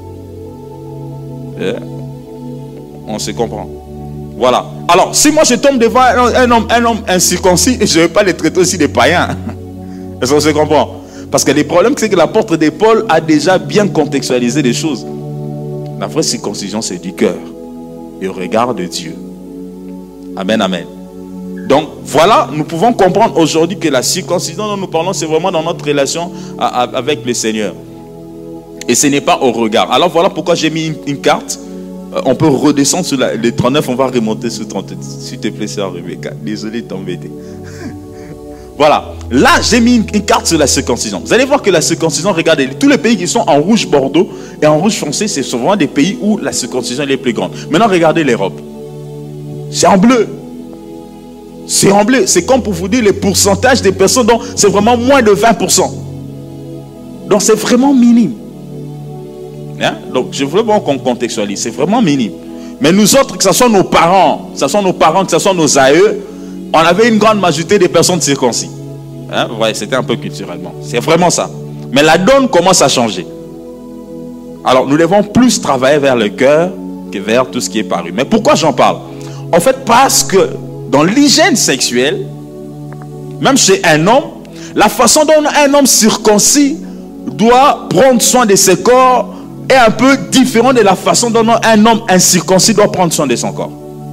Yeah. On se comprend. Voilà. Alors, si moi je tombe devant un, un homme, un homme incirconcis, je ne vais pas les traiter aussi des païens. Est-ce qu'on se comprend? Parce que le problème, c'est que l'apôtre de Paul a déjà bien contextualisé les choses. La vraie circoncision, c'est du cœur et au regard de Dieu. Amen, amen. Donc, voilà, nous pouvons comprendre aujourd'hui que la circoncision dont nous parlons, c'est vraiment dans notre relation à, à, avec le Seigneur. Et ce n'est pas au regard. Alors, voilà pourquoi j'ai mis une, une carte. On peut redescendre sur la, les trente-neuf, on va remonter sur trente-huit. S'il te plaît, sœur Rebecca. Désolé de t'embêter. Voilà. Là, j'ai mis une, une carte sur la circoncision. Vous allez voir que la circoncision, regardez, tous les pays qui sont en rouge bordeaux et en rouge foncé, c'est souvent des pays où la circoncision est plus grande. Maintenant, regardez l'Europe. C'est en bleu. C'est en bleu. C'est comme pour vous dire le pourcentage des personnes dont c'est vraiment moins de vingt pour cent. Donc, c'est vraiment minime. Hein? Donc, je veux vraiment qu'on contextualise. C'est vraiment minime. Mais nous autres, que ce soit nos parents, que ce soit nos parents, que ce soit nos aïeux, on avait une grande majorité des personnes circoncis. Hein? Ouais, c'était un peu culturellement. C'est vraiment ça. Mais la donne commence à changer. Alors, nous devons plus travailler vers le cœur que vers tout ce qui est paru. Mais pourquoi j'en parle? En fait, parce que dans l'hygiène sexuelle, même chez un homme, la façon dont un homme circoncis doit prendre soin de ses corps est un peu différente de la façon dont un homme incirconcis doit prendre soin de son corps.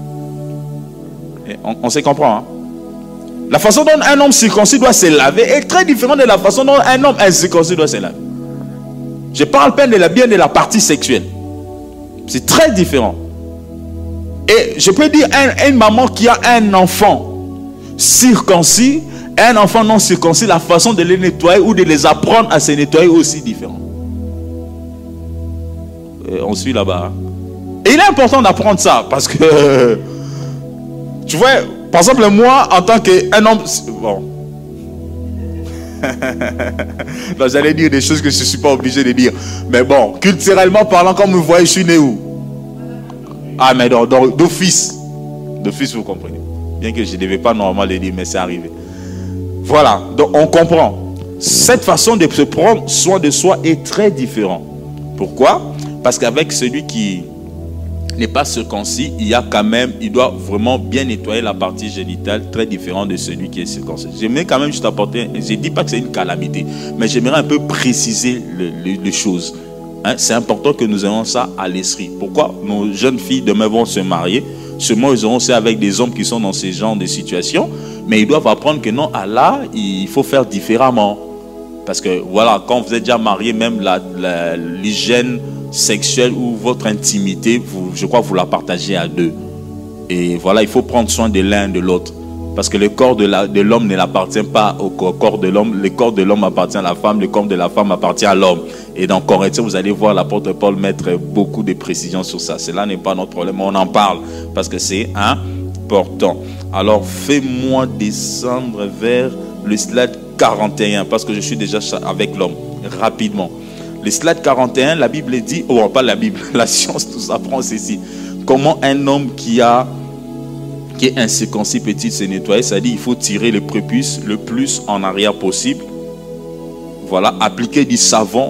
Et on, on se comprend, hein? La façon dont un homme circoncis doit se laver est très différente de la façon dont un homme incirconcis doit se laver. Je parle bien de la, bien de la partie sexuelle. C'est très différent. Et je peux dire à une maman qui a un enfant circoncis et un enfant non circoncis, la façon de les nettoyer ou de les apprendre à se nettoyer est aussi différente. Et on suit là-bas. Et il est important d'apprendre ça parce que, tu vois, par exemple, moi, en tant qu'un homme... Bon. Non, j'allais dire des choses que je ne suis pas obligé de dire. Mais bon, culturellement parlant, comme vous voyez, je suis né où? Ah, mais d'office. D'office, vous comprenez. Bien que je ne devais pas normalement le dire, mais c'est arrivé. Voilà, donc on comprend. Cette façon de se prendre soin de soi est très différente. Pourquoi? Parce qu'avec celui qui n'est pas circoncis, il y a quand même, il doit vraiment bien nettoyer la partie génitale, très différent de celui qui est circoncis. J'aimerais quand même juste apporter, je ne dis pas que c'est une calamité, mais j'aimerais un peu préciser le, le, les choses. Hein, c'est important que nous ayons ça à l'esprit. Pourquoi? Nos jeunes filles demain vont se marier, seulement ils auront ça avec des hommes qui sont dans ce genre de situation, mais ils doivent apprendre que non, à là, il faut faire différemment. Parce que voilà, quand vous êtes déjà marié, même l'hygiène sexuelle ou votre intimité, vous, je crois que vous la partagez à deux. Et voilà, il faut prendre soin de l'un de l'autre. Parce que le corps de l'homme ne l'appartient pas au corps de l'homme. Le corps de l'homme appartient à la femme, le corps de la femme appartient à l'homme. Et dans Corinthiens, vous allez voir l'apôtre Paul mettre beaucoup de précisions sur ça. Cela n'est pas notre problème, on en parle parce que c'est important. Alors, fais-moi descendre vers le slide quarante et un parce que je suis déjà avec l'homme, rapidement. Le slide quarante et un, la Bible dit, oh pas la Bible, la science nous apprend ceci. Comment un homme qui a qui est incirconcis peut-il se nettoyer? C'est-à-dire il faut tirer le prépuce le plus en arrière possible. Voilà, appliquer du savon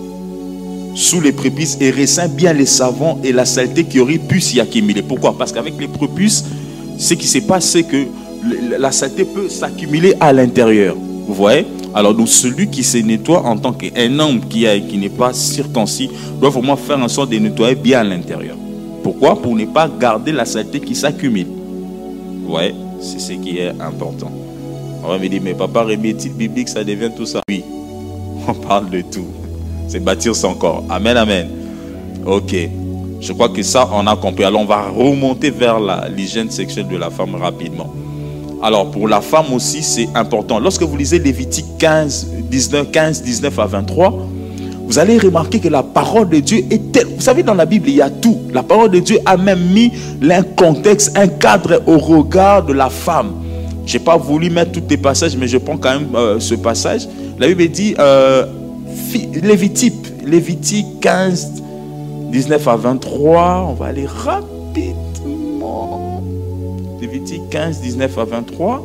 sous les prépuces et ressent bien les savons et la saleté qui aurait pu s'y accumuler. Pourquoi? Parce qu'avec les prépuces, ce qui se passe, c'est que la saleté peut s'accumuler à l'intérieur. Vous voyez? Alors, donc, celui qui se nettoie en tant qu'un homme qui, a, qui n'est pas circoncis doit vraiment faire en sorte de nettoyer bien à l'intérieur. Pourquoi? Pour ne pas garder la saleté qui s'accumule. Vous voyez? C'est ce qui est important. On va me dire, mais papa, remet-il biblique, ça devient tout ça? Oui, on parle de tout. C'est bâtir son corps. Amen, amen. Ok. Je crois que ça, on a compris. Alors, on va remonter vers l'hygiène sexuelle de la femme rapidement. Alors, pour la femme aussi, c'est important. Lorsque vous lisez Lévitique quinze, dix-neuf, quinze, dix-neuf à vingt-trois, vous allez remarquer que la parole de Dieu est telle... Vous savez, dans la Bible, il y a tout. La parole de Dieu a même mis un contexte, un cadre au regard de la femme. Je n'ai pas voulu mettre tous les passages, mais je prends quand même euh, ce passage. La Bible dit, euh, Lévitique, Lévitique quinze, dix-neuf à vingt-trois. On va aller rapidement. Lévitique quinze, dix-neuf à vingt-trois.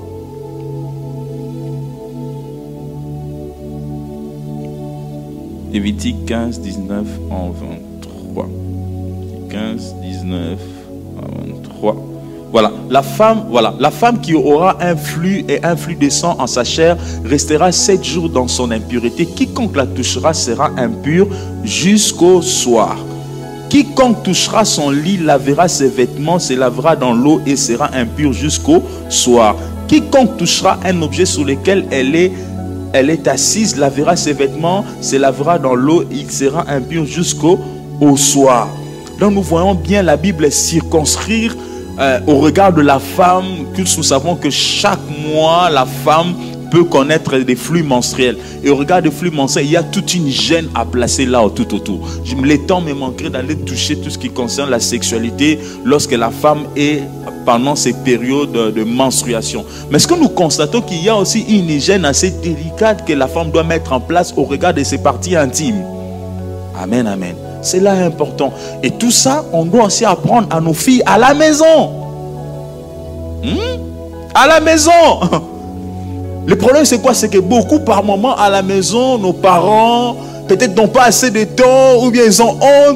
Lévitique quinze, dix-neuf à vingt-trois. quinze, dix-neuf à vingt-trois. Voilà, la femme, voilà, la femme qui aura un flux et un flux de sang en sa chair restera sept jours dans son impureté. Quiconque la touchera sera impur jusqu'au soir. Quiconque touchera son lit lavera ses vêtements, se lavera dans l'eau et sera impur jusqu'au soir. Quiconque touchera un objet sur lequel elle est, elle est assise, lavera ses vêtements, se lavera dans l'eau, il sera impur jusqu'au au soir. Donc nous voyons bien la Bible circonscrire euh, au regard de la femme, que nous savons que chaque mois la femme peut connaître des flux menstruels. Et au regard des flux menstruels, il y a toute une gêne à placer là tout autour. Le temps me manquerait d'aller toucher tout ce qui concerne la sexualité lorsque la femme est pendant ces périodes de menstruation. Mais ce que nous constatons qu'il y a aussi une hygiène assez délicate que la femme doit mettre en place au regard de ses parties intimes. Amen, amen. C'est là important. Et tout ça, on doit aussi apprendre à nos filles à la maison. Hmm? À la maison. Le problème, c'est quoi? C'est que beaucoup, par moment, à la maison, nos parents, peut-être n'ont pas assez de temps, ou bien ils ont honte.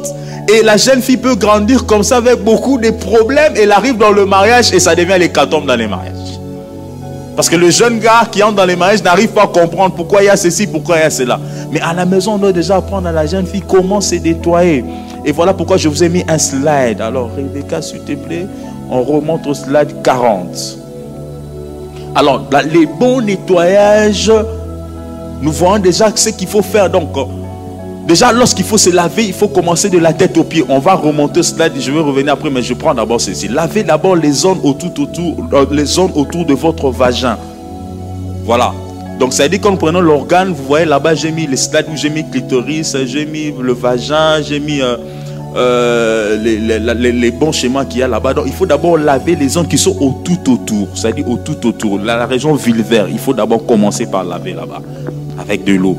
Et la jeune fille peut grandir comme ça avec beaucoup de problèmes. Elle arrive dans le mariage et ça devient l'hécatombe dans les mariages. Parce que le jeune gars qui entre dans les mariages n'arrive pas à comprendre pourquoi il y a ceci, pourquoi il y a cela. Mais à la maison, on doit déjà apprendre à la jeune fille comment se nettoyer. Et voilà pourquoi je vous ai mis un slide. Alors, Rebecca, s'il te plaît, on remonte au slide quarante. Alors, les bons nettoyages, nous voyons déjà ce qu'il faut faire. Donc, déjà, lorsqu'il faut se laver, il faut commencer de la tête aux pieds. On va remonter au slide, je vais revenir après, mais je prends d'abord ceci. Lavez d'abord les zones autour, autour, les zones autour de votre vagin. Voilà. Donc, ça veut dire qu'en prenant l'organe, vous voyez là-bas, j'ai mis les slides où j'ai mis clitoris, j'ai mis le vagin, j'ai mis euh, euh, les, les, les, les bons schémas qu'il y a là-bas. Donc, il faut d'abord laver les zones qui sont au tout autour. C'est-à-dire au tout autour. La, la région vulvaire, il faut d'abord commencer par laver là-bas avec de l'eau.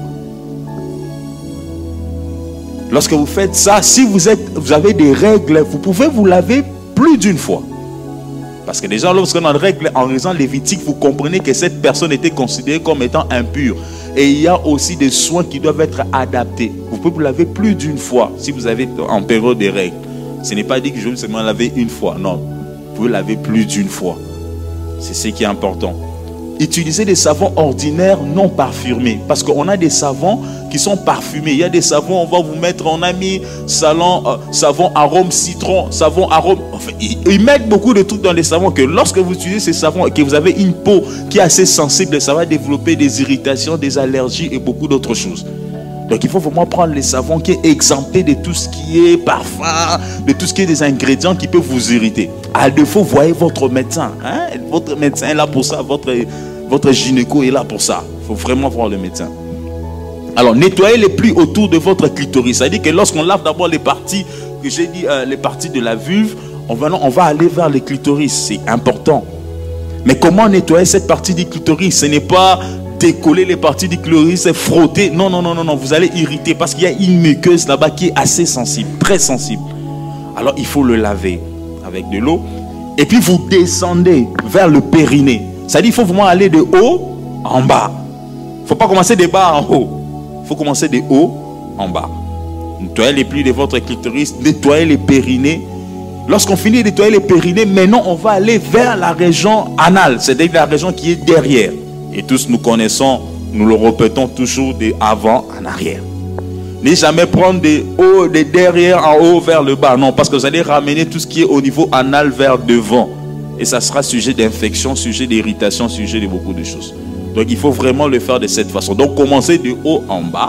Lorsque vous faites ça, si vous, êtes, vous avez des règles, vous pouvez vous laver plus d'une fois. Parce que déjà, lorsqu'on a une règle en raison lévitique, vous comprenez que cette personne était considérée comme étant impure. Et il y a aussi des soins qui doivent être adaptés. Vous pouvez vous laver plus d'une fois si vous avez en période des règles. Ce n'est pas dit que je vais seulement laver une fois. Non, vous pouvez laver plus d'une fois. C'est ce qui est important. Utilisez des savons ordinaires non parfumés. Parce qu'on a des savons qui sont parfumés. Il y a des savons, on va vous mettre, on a mis salon, euh, savon arôme citron, savon arôme. Enfin, ils, ils mettent beaucoup de trucs dans les savons que lorsque vous utilisez ces savons et que vous avez une peau qui est assez sensible, ça va développer des irritations, des allergies et beaucoup d'autres choses. Donc il faut vraiment prendre les savons qui est exempté de tout ce qui est parfum, de tout ce qui est des ingrédients qui peuvent vous irriter. À défaut, voyez votre médecin. Hein? Votre médecin est là pour ça, votre, votre gynéco est là pour ça. Il faut vraiment voir le médecin. Alors, nettoyez les plis autour de votre clitoris. C'est-à-dire que lorsqu'on lave d'abord les parties, que j'ai dit, euh, les parties de la vulve, on va, on va aller vers le clitoris. C'est important. Mais comment nettoyer cette partie du clitoris? Ce n'est pas décoller les parties du clitoris et frotter. Non, non, non, non, non. Vous allez irriter parce qu'il y a une muqueuse là-bas qui est assez sensible, très sensible. Alors, il faut le laver avec de l'eau. Et puis, vous descendez vers le périnée. C'est-à-dire qu'il faut vraiment aller de haut en bas. Il ne faut pas commencer de bas en haut. Il faut commencer de haut en bas. Nettoyez les plis de votre clitoris, nettoyez les périnées. Lorsqu'on finit de nettoyer les périnées, maintenant on va aller vers la région anale, c'est-à-dire la région qui est derrière. Et tous nous connaissons, nous le répétons toujours de avant en arrière. Ne jamais prendre de haut, de derrière en haut vers le bas. Non, parce que vous allez ramener tout ce qui est au niveau anal vers devant. Et ça sera sujet d'infection, sujet d'irritation, sujet de beaucoup de choses. Donc il faut vraiment le faire de cette façon. Donc commencez de haut en bas.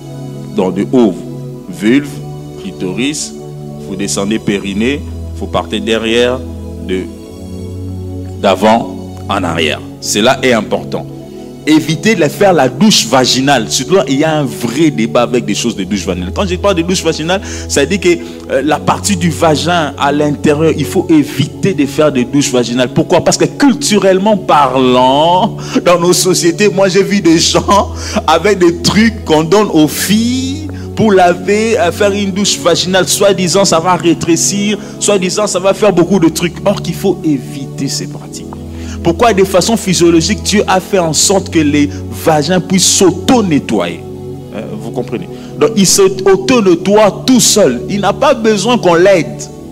Donc de haut, vulve, clitoris. Vous descendez périnée. Vous partez derrière, de d'avant en arrière. Cela est important. Évitez de faire la douche vaginale. Surtout, il y a un vrai débat avec des choses de douche vaginale. Quand je parle de douche vaginale, ça veut dire que euh, la partie du vagin à l'intérieur, il faut éviter de faire des douches vaginales. Pourquoi? Parce que culturellement parlant, dans nos sociétés, moi j'ai vu des gens avec des trucs qu'on donne aux filles pour laver, faire une douche vaginale. Soi-disant, ça va rétrécir. Soi-disant, ça va faire beaucoup de trucs. Or qu'il faut éviter ces pratiques. Pourquoi de façon physiologique, Dieu a fait en sorte que les vagins puissent s'auto-nettoyer. Hein, vous comprenez? Donc, il s'auto-nettoie tout seul. Il n'a pas besoin qu'on l'aide.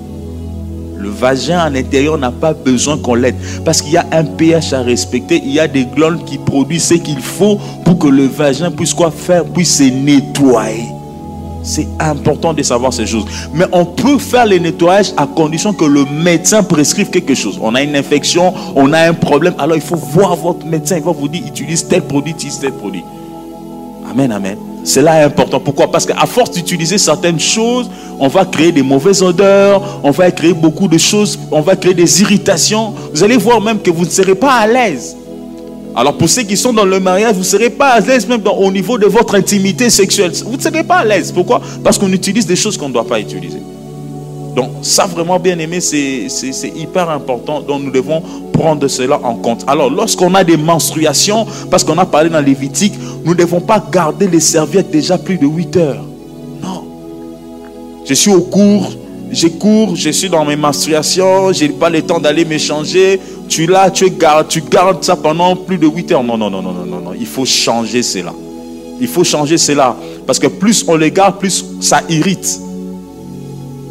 Le vagin à l'intérieur n'a pas besoin qu'on l'aide. Parce qu'il y a un pH à respecter. Il y a des glandes qui produisent ce qu'il faut pour que le vagin puisse quoi faire? Puisse se nettoyer. C'est important de savoir ces choses. Mais on peut faire le nettoyage à condition que le médecin prescrive quelque chose. On a une infection, on a un problème. Alors il faut voir votre médecin. Il va vous dire, utilise tel produit, utilise tel produit. Amen, amen. Cela est important. Pourquoi? Parce qu'à force d'utiliser certaines choses, on va créer des mauvaises odeurs, on va créer beaucoup de choses, on va créer des irritations. Vous allez voir même que vous ne serez pas à l'aise. Alors pour ceux qui sont dans le mariage, vous ne serez pas à l'aise même dans, au niveau de votre intimité sexuelle. Vous ne serez pas à l'aise. Pourquoi? Parce qu'on utilise des choses qu'on ne doit pas utiliser. Donc ça vraiment bien aimé, c'est hyper important. Donc nous devons prendre cela en compte. Alors lorsqu'on a des menstruations, parce qu'on a parlé dans Lévitique, nous ne devons pas garder les serviettes déjà plus de huit heures. Non. Je suis au cours, je cours, je suis dans mes menstruations, je n'ai pas le temps d'aller me changer. Tu l'as, tu gardes, tu gardes ça pendant plus de huit heures. Non, non, non, non, non, non, non. Il faut changer cela. Il faut changer cela. Parce que plus on les garde, plus ça irrite.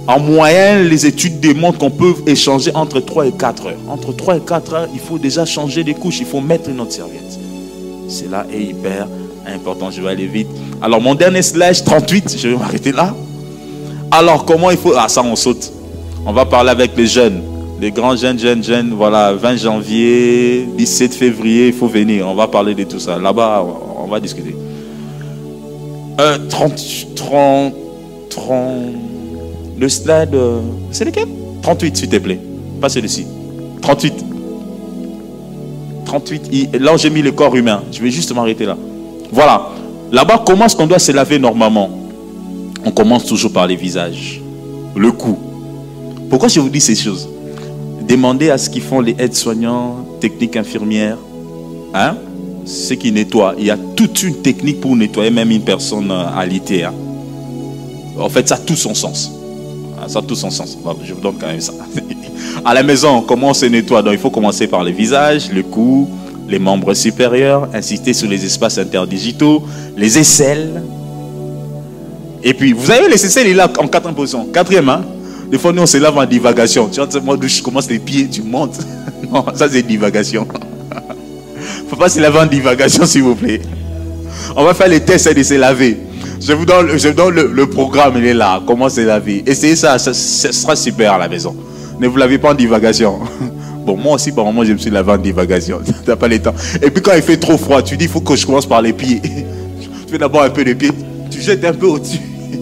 En moyenne, les études démontrent qu'on peut échanger entre trois et quatre heures. Entre trois et quatre heures, il faut déjà changer les couches, il faut mettre notre serviette. Cela est hyper important. Je vais aller vite. Alors, mon dernier slide, trente-huit, je vais m'arrêter là. Alors, comment il faut... Ah, ça, on saute. On va parler avec les jeunes. Les grands jeunes, jeunes, jeunes. Voilà, vingt janvier, dix-sept février, il faut venir. On va parler de tout ça. Là-bas, on va discuter. Euh, trente, trente, trente... Le slide, euh, c'est lequel? trente-huit, s'il te plaît. Pas celui-ci. trente-huit. trente-huit. Là où j'ai mis le corps humain. Je vais juste m'arrêter là. Voilà. Là-bas, comment est-ce qu'on doit se laver normalement? On commence toujours par les visages. Le cou. Pourquoi je vous dis ces choses? Demandez à ce qu'ils font les aides-soignants, techniques infirmières. Hein? Ceux qui nettoient. Il y a toute une technique pour nettoyer même une personne alitée. Hein? En fait, ça a tout son sens. Ça a tout son sens. Je vous donne quand même ça. À la maison, comment on se nettoie? Donc, il faut commencer par le visage, le cou, les membres supérieurs, insister sur les espaces interdigitaux, les aisselles. Et puis, vous avez les aisselles, il est là en quatrième position. Quatrième, hein? Des fois, nous, on se lave en divagation. Tu vois, moi, je commence les pieds, tu montes. Non, ça, c'est divagation. Il ne faut pas se laver en divagation, s'il vous plaît. On va faire les tests de se laver. Je vous donne, je vous donne le, le programme, il est là. Comment se laver? Essayez ça, ça, ça sera super à la maison. Ne vous lavez pas en divagation. Bon, moi aussi, par moment, je me suis lavé en divagation. Tu n'as pas le temps. Et puis, quand il fait trop froid, tu dis, il faut que je commence par les pieds. Tu fais d'abord un peu les pieds. Tu jettes un peu au-dessus.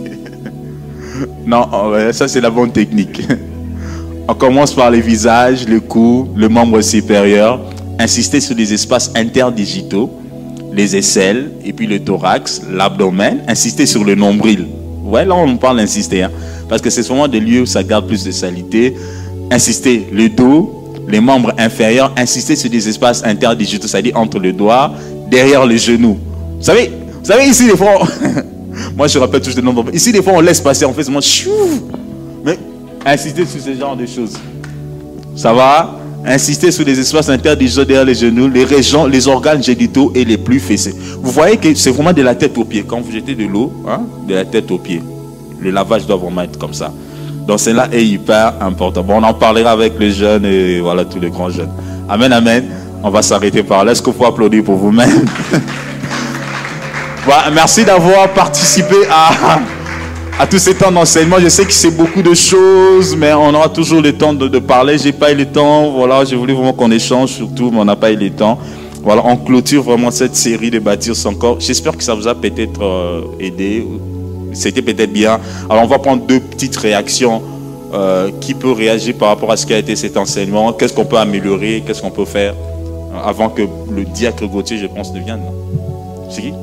Non, ça, c'est la bonne technique. On commence par les visages, le cou, le membre supérieur. Insister sur les espaces interdigitaux. Les aisselles, et puis le thorax, l'abdomen, insister sur le nombril. Ouais, là on parle d'insister, hein, parce que c'est souvent des lieux où ça garde plus de saleté. Insister le dos, les membres inférieurs, insister sur des espaces interdigitaux, c'est-à-dire entre le doigt, derrière le genou. Vous savez, vous savez ici des fois, moi je rappelle toujours des noms. Ici des fois on laisse passer, on fait seulement chou. Mais insister sur ce genre de choses. Ça va? Insister sur les espaces interdigitaux derrière les genoux, les régions, les organes génitaux et les plus fessés. Vous voyez que c'est vraiment de la tête aux pieds. Quand vous jetez de l'eau, hein, de la tête aux pieds. Le lavage doit vraiment être comme ça. Donc cela est hyper important. Bon, on en parlera avec les jeunes et voilà tous les grands jeunes. Amen, amen. On va s'arrêter par là. Est-ce qu'il faut applaudir pour vous-même? Voilà, merci d'avoir participé à... à tous ces temps d'enseignement. Je sais que c'est beaucoup de choses, mais on aura toujours le temps de, de parler. J'ai pas eu le temps. Voilà, j'ai voulu vraiment qu'on échange surtout, mais on n'a pas eu le temps. Voilà, on clôture vraiment cette série de Bâtir son corps. J'espère que ça vous a peut-être euh, aidé. C'était peut-être bien. Alors, on va prendre deux petites réactions. Euh, qui peut réagir par rapport à ce qu'a été cet enseignement? Qu'est-ce qu'on peut améliorer? Qu'est-ce qu'on peut faire euh, avant que le diacre Gauthier, je pense, ne vienne? C'est qui?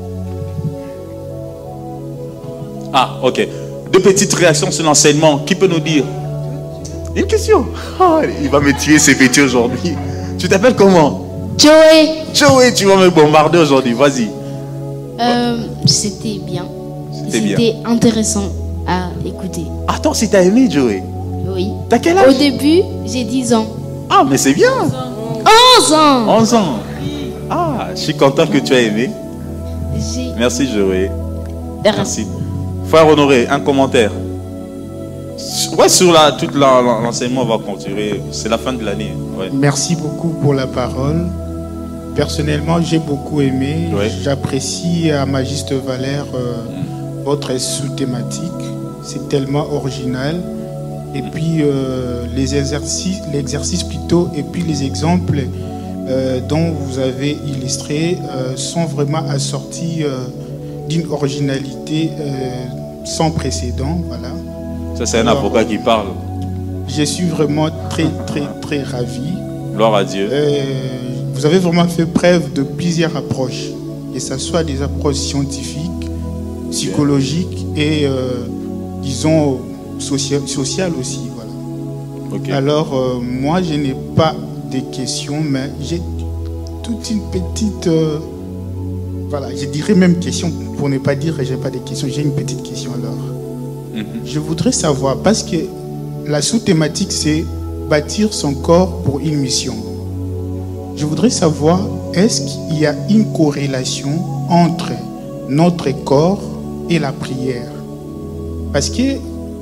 Ah, ok. Deux petites réactions sur l'enseignement. Qui peut nous dire? Une question. Oh, il va me tuer ses vêtus aujourd'hui. Tu t'appelles comment? Joey. Joey, tu vas me bombarder aujourd'hui. Vas-y. Euh, C'était bien. C'était bien. C'était intéressant à écouter. Attends, si t'as aimé, Joey? Oui. T'as quel âge? Au début, j'ai dix ans. Ah, mais c'est bien. onze ans. onze ans. Ah, je suis content que tu aies aimé. Merci, Joey. Merci. Frère Honoré, un commentaire. Ouais, sur la, tout la, l'enseignement va continuer. C'est la fin de l'année. Ouais. Merci beaucoup pour la parole. Personnellement, j'ai beaucoup aimé. Ouais. J'apprécie à ma juste valeur euh, mmh. votre sous-thématique. C'est tellement original. Et mmh. puis euh, les exercices, l'exercice plutôt, et puis les exemples euh, dont vous avez illustré euh, sont vraiment assortis euh, d'une originalité euh, sans précédent. Voilà. Ça, c'est un Alors, avocat qui parle. Je suis vraiment très, très, très ravi. Gloire à Dieu. Euh, vous avez vraiment fait preuve de plusieurs approches, que ce soit des approches scientifiques, psychologiques et, euh, disons, sociales social aussi. Voilà. Okay. Alors, euh, moi, je n'ai pas de questions, mais j'ai toute une petite... Euh, voilà, je dirais même question, pour ne pas dire que je n'ai pas de questions, j'ai une petite question alors. Mm-hmm. Je voudrais savoir, parce que la sous-thématique, c'est bâtir son corps pour une mission. Je voudrais savoir, est-ce qu'il y a une corrélation entre notre corps et la prière? Parce que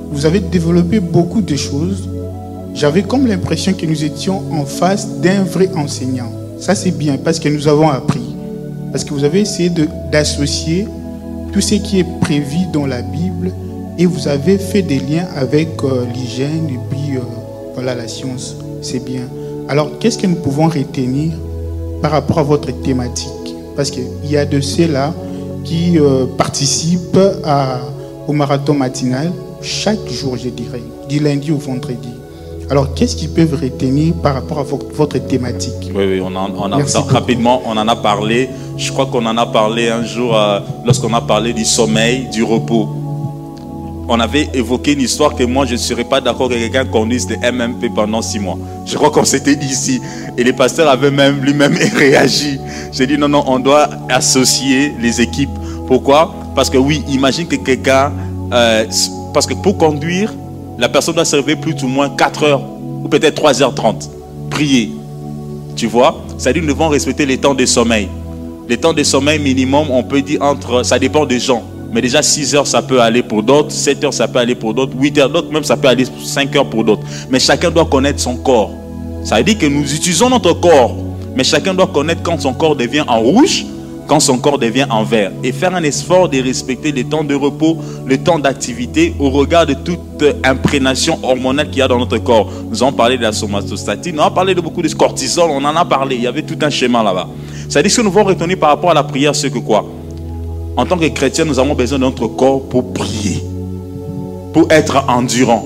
vous avez développé beaucoup de choses. J'avais comme l'impression que nous étions en face d'un vrai enseignant. Ça, c'est bien parce que nous avons appris. Parce que vous avez essayé de, d'associer tout ce qui est prévu dans la Bible et vous avez fait des liens avec euh, l'hygiène et puis euh, voilà, la science. C'est bien. Alors, qu'est-ce que nous pouvons retenir par rapport à votre thématique? Parce qu'il y a de ceux-là qui euh, participent à, au marathon matinal chaque jour, je dirais, du lundi au vendredi. Alors, qu'est-ce qu'ils peuvent retenir par rapport à votre, votre thématique? Oui, oui, on en, on a, ça, rapidement, on en a parlé. Je crois qu'on en a parlé un jour euh, lorsqu'on a parlé du sommeil, du repos. On avait évoqué une histoire que moi, je ne serais pas d'accord que quelqu'un conduise de M M P pendant six mois. Je crois qu'on s'était dit ici. Et le pasteur avait même lui-même réagi. J'ai dit non, non, on doit associer les équipes. Pourquoi? Parce que oui, imagine que quelqu'un... Euh, parce que pour conduire, la personne doit se réveiller plus ou moins quatre heures ou peut-être trois heures trente. Prier. Tu vois? C'est-à-dire nous devons respecter les temps de sommeil. Les temps de sommeil minimum, on peut dire entre... Ça dépend des gens. Mais déjà six heures, ça peut aller pour d'autres. sept heures, ça peut aller pour d'autres. huit heures, d'autres, même ça peut aller cinq heures pour d'autres. Mais chacun doit connaître son corps. Ça veut dire que nous utilisons notre corps. Mais chacun doit connaître quand son corps devient en rouge, quand son corps devient en vert. Et faire un effort de respecter les temps de repos, le temps d'activité au regard de toute imprégnation hormonale qu'il y a dans notre corps. Nous avons parlé de la somatostatine, nous avons parlé de beaucoup de cortisol, on en a parlé. Il y avait tout un schéma là-bas. Ça veut dire que nous devons retenir par rapport à la prière ce que quoi? En tant que chrétiens, nous avons besoin de notre corps pour prier, pour être endurant.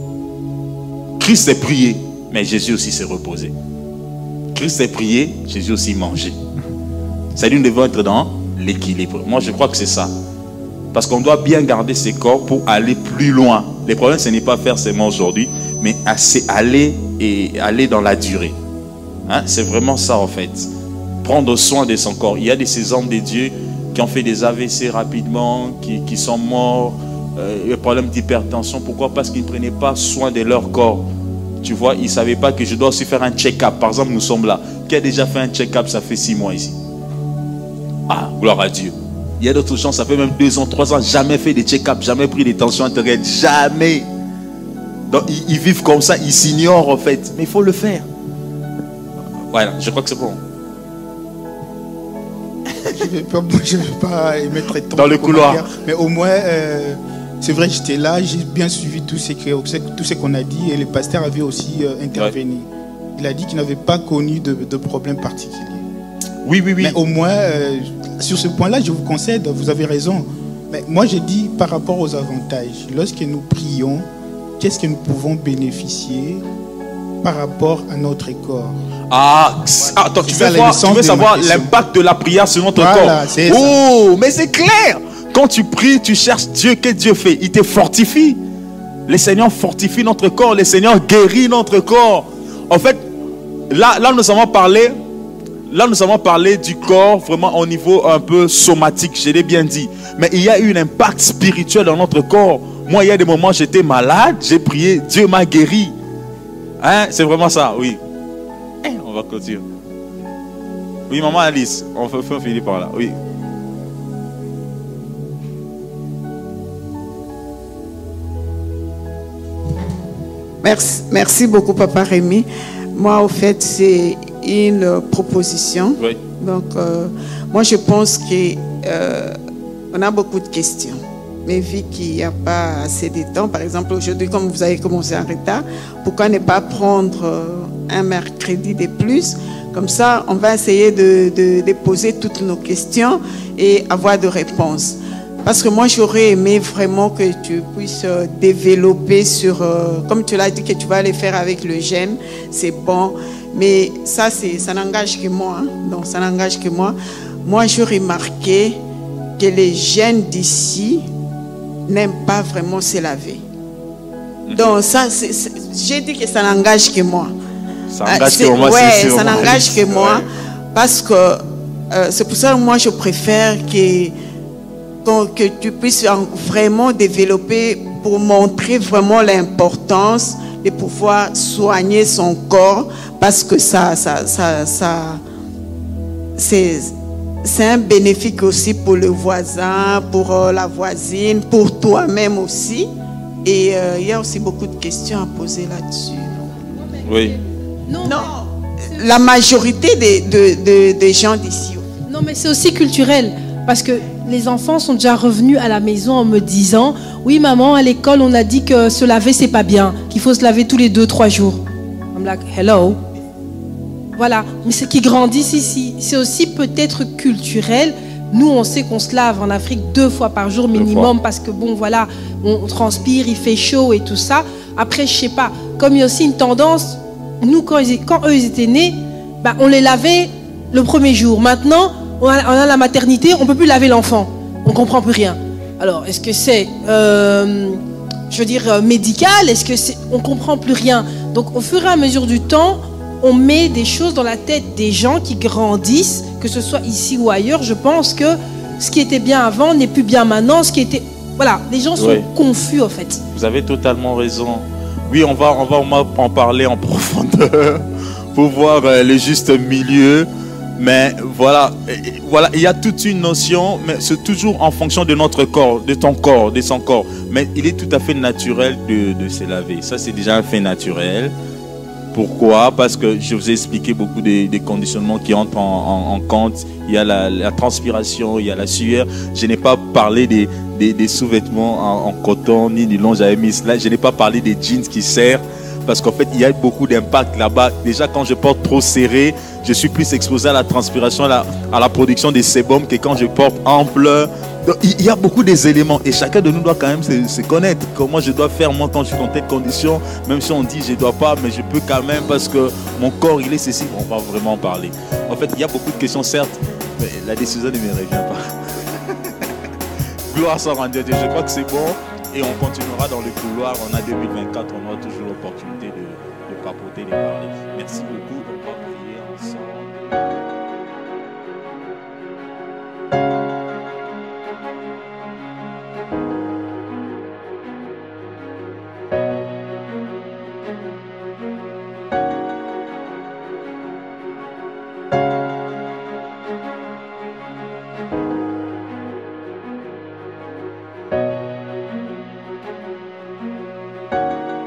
Christ s'est prié, mais Jésus aussi s'est reposé. Christ s'est prié, Jésus aussi mangeait. C'est-à-dire que nous devons être dans l'équilibre. Moi, je crois que c'est ça. Parce qu'on doit bien garder ses corps pour aller plus loin. Le problème, ce n'est pas faire seulement aujourd'hui, mais aller et aller dans la durée. Hein? C'est vraiment ça, en fait. Prendre soin de son corps. Il y a de ces hommes de Dieu qui ont fait des A V C rapidement, qui, qui sont morts, euh, le problème d'hypertension. Pourquoi? Parce qu'ils ne prenaient pas soin de leur corps. Tu vois, ils ne savaient pas que je dois aussi faire un check-up. Par exemple, nous sommes là. Qui a déjà fait un check-up? Ça fait six mois ici. Ah, gloire à Dieu. Il y a d'autres gens, ça fait même deux ans, trois ans, jamais fait de check-up, jamais pris des tensions artérielles, jamais. Donc, ils, ils vivent comme ça, ils s'ignorent en fait. Mais il faut le faire. Voilà, je crois que c'est bon. Je ne vais pas, je vais pas émettre trop dans le couloir. Mais au moins, euh, c'est vrai, j'étais là, j'ai bien suivi tout ce, que, tout ce qu'on a dit. Et le pasteur avait aussi euh, intervenu. Ouais. Il a dit qu'il n'avait pas connu de, de problème particulier. Oui, oui, oui. Mais au moins, euh, sur ce point-là, je vous concède, vous avez raison. Mais moi, je dis par rapport aux avantages. Lorsque nous prions, qu'est-ce que nous pouvons bénéficier par rapport à notre corps? Ah, voilà. Attends, tu veux, voir, tu veux savoir l'impact de la prière sur notre voilà, corps? Oh, ça. Mais c'est clair. Quand tu pries, tu cherches Dieu, qu'est-ce que Dieu fait? Il te fortifie. Le Seigneur fortifie notre corps. Le Seigneur guérit notre corps. En fait, là, là nous avons parlé... Là, nous avons parlé du corps vraiment au niveau un peu somatique, je l'ai bien dit. Mais il y a eu un impact spirituel dans notre corps. Moi, il y a des moments, j'étais malade, j'ai prié, Dieu m'a guéri. Hein? C'est vraiment ça, oui. Eh, on va continuer. Oui, maman Alice, on peut finir par là, oui. Merci, merci beaucoup, Papa Rémi. Moi, au fait, c'est une proposition. Oui. Donc, euh, moi, je pense qu'on euh, a beaucoup de questions. Mais vu qu'il n'y a pas assez de temps, par exemple, aujourd'hui, comme vous avez commencé en retard, pourquoi ne pas prendre euh, un mercredi de plus? Comme ça, on va essayer de, de, de poser toutes nos questions et avoir de réponses. Parce que moi, j'aurais aimé vraiment que tu puisses euh, développer sur... Euh, comme tu l'as dit que tu vas le faire avec le jeûne, c'est bon. Mais ça, ça n'engage que moi. Hein? Donc, ça n'engage que moi. Moi, j'ai remarqué que les jeunes d'ici n'aiment pas vraiment se laver. Donc, ça, j'ai dit que ça n'engage que moi. Ça n'engage que moi. Ouais, ça n'engage que moi. Ouais. Parce que euh, c'est pour ça que moi, je préfère que, que tu puisses vraiment développer pour montrer vraiment l'importance de pouvoir soigner son corps, parce que ça, ça, ça, ça c'est, c'est un bénéfice aussi pour le voisin, pour la voisine, pour toi-même aussi. Et euh, il y a aussi beaucoup de questions à poser là-dessus. Oui. Non, non la majorité des, de, de, des gens d'ici. Non, mais c'est aussi culturel. Parce que les enfants sont déjà revenus à la maison en me disant « Oui, maman, à l'école, on a dit que se laver, c'est pas bien. Qu'il faut se laver tous les deux, trois jours. » I'm like, hello. Voilà. Mais ce qui grandissent ici, c'est aussi peut-être culturel. Nous, on sait qu'on se lave en Afrique deux fois par jour minimum parce que, bon, voilà, on transpire, il fait chaud et tout ça. Après, je sais pas, comme il y a aussi une tendance, nous, quand, ils, quand eux, ils étaient nés, bah, on les lavait le premier jour. Maintenant, on a, on a la maternité, on ne peut plus laver l'enfant. On ne comprend plus rien. Alors, est-ce que c'est, euh, je veux dire, euh, médical? Est-ce que c'est... On ne comprend plus rien. Donc, au fur et à mesure du temps, on met des choses dans la tête des gens qui grandissent, que ce soit ici ou ailleurs. Je pense que ce qui était bien avant n'est plus bien maintenant. Ce qui était... Voilà, les gens sont oui. confus, en fait. Vous avez totalement raison. Oui, on va, on va, on va en parler en profondeur pour voir euh, le juste milieu. Mais voilà, voilà, il y a toute une notion, mais c'est toujours en fonction de notre corps, de ton corps, de son corps. Mais il est tout à fait naturel de, de se laver. Ça, c'est déjà un fait naturel. Pourquoi? Parce que je vous ai expliqué beaucoup des, des conditionnements qui entrent en, en, en compte. Il y a la, la transpiration, il y a la sueur. Je n'ai pas parlé des, des, des sous-vêtements en, en coton ni nylon, j'avais mis cela. Je n'ai pas parlé des jeans qui serrent. Parce qu'en fait, il y a beaucoup d'impact là-bas. Déjà, quand je porte trop serré, je suis plus exposé à la transpiration, à la, à la production des sébum que quand je porte ample. Donc, il y a beaucoup des éléments. Et chacun de nous doit quand même se, se connaître. Comment je dois faire, moi, quand je suis dans telle condition. Même si on dit je ne dois pas, mais je peux quand même parce que mon corps, il est ceci. On va vraiment en parler. En fait, il y a beaucoup de questions, certes, mais la décision ne me revient pas. Gloire soit rendue à Dieu. Je crois que c'est bon. Et on continuera dans le couloir. On a deux mille vingt-quatre, on aura toujours l'opportunité de, de papoter, de parler. Merci beaucoup. On va prier ensemble. Thank you.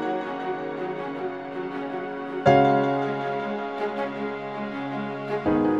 Thank you.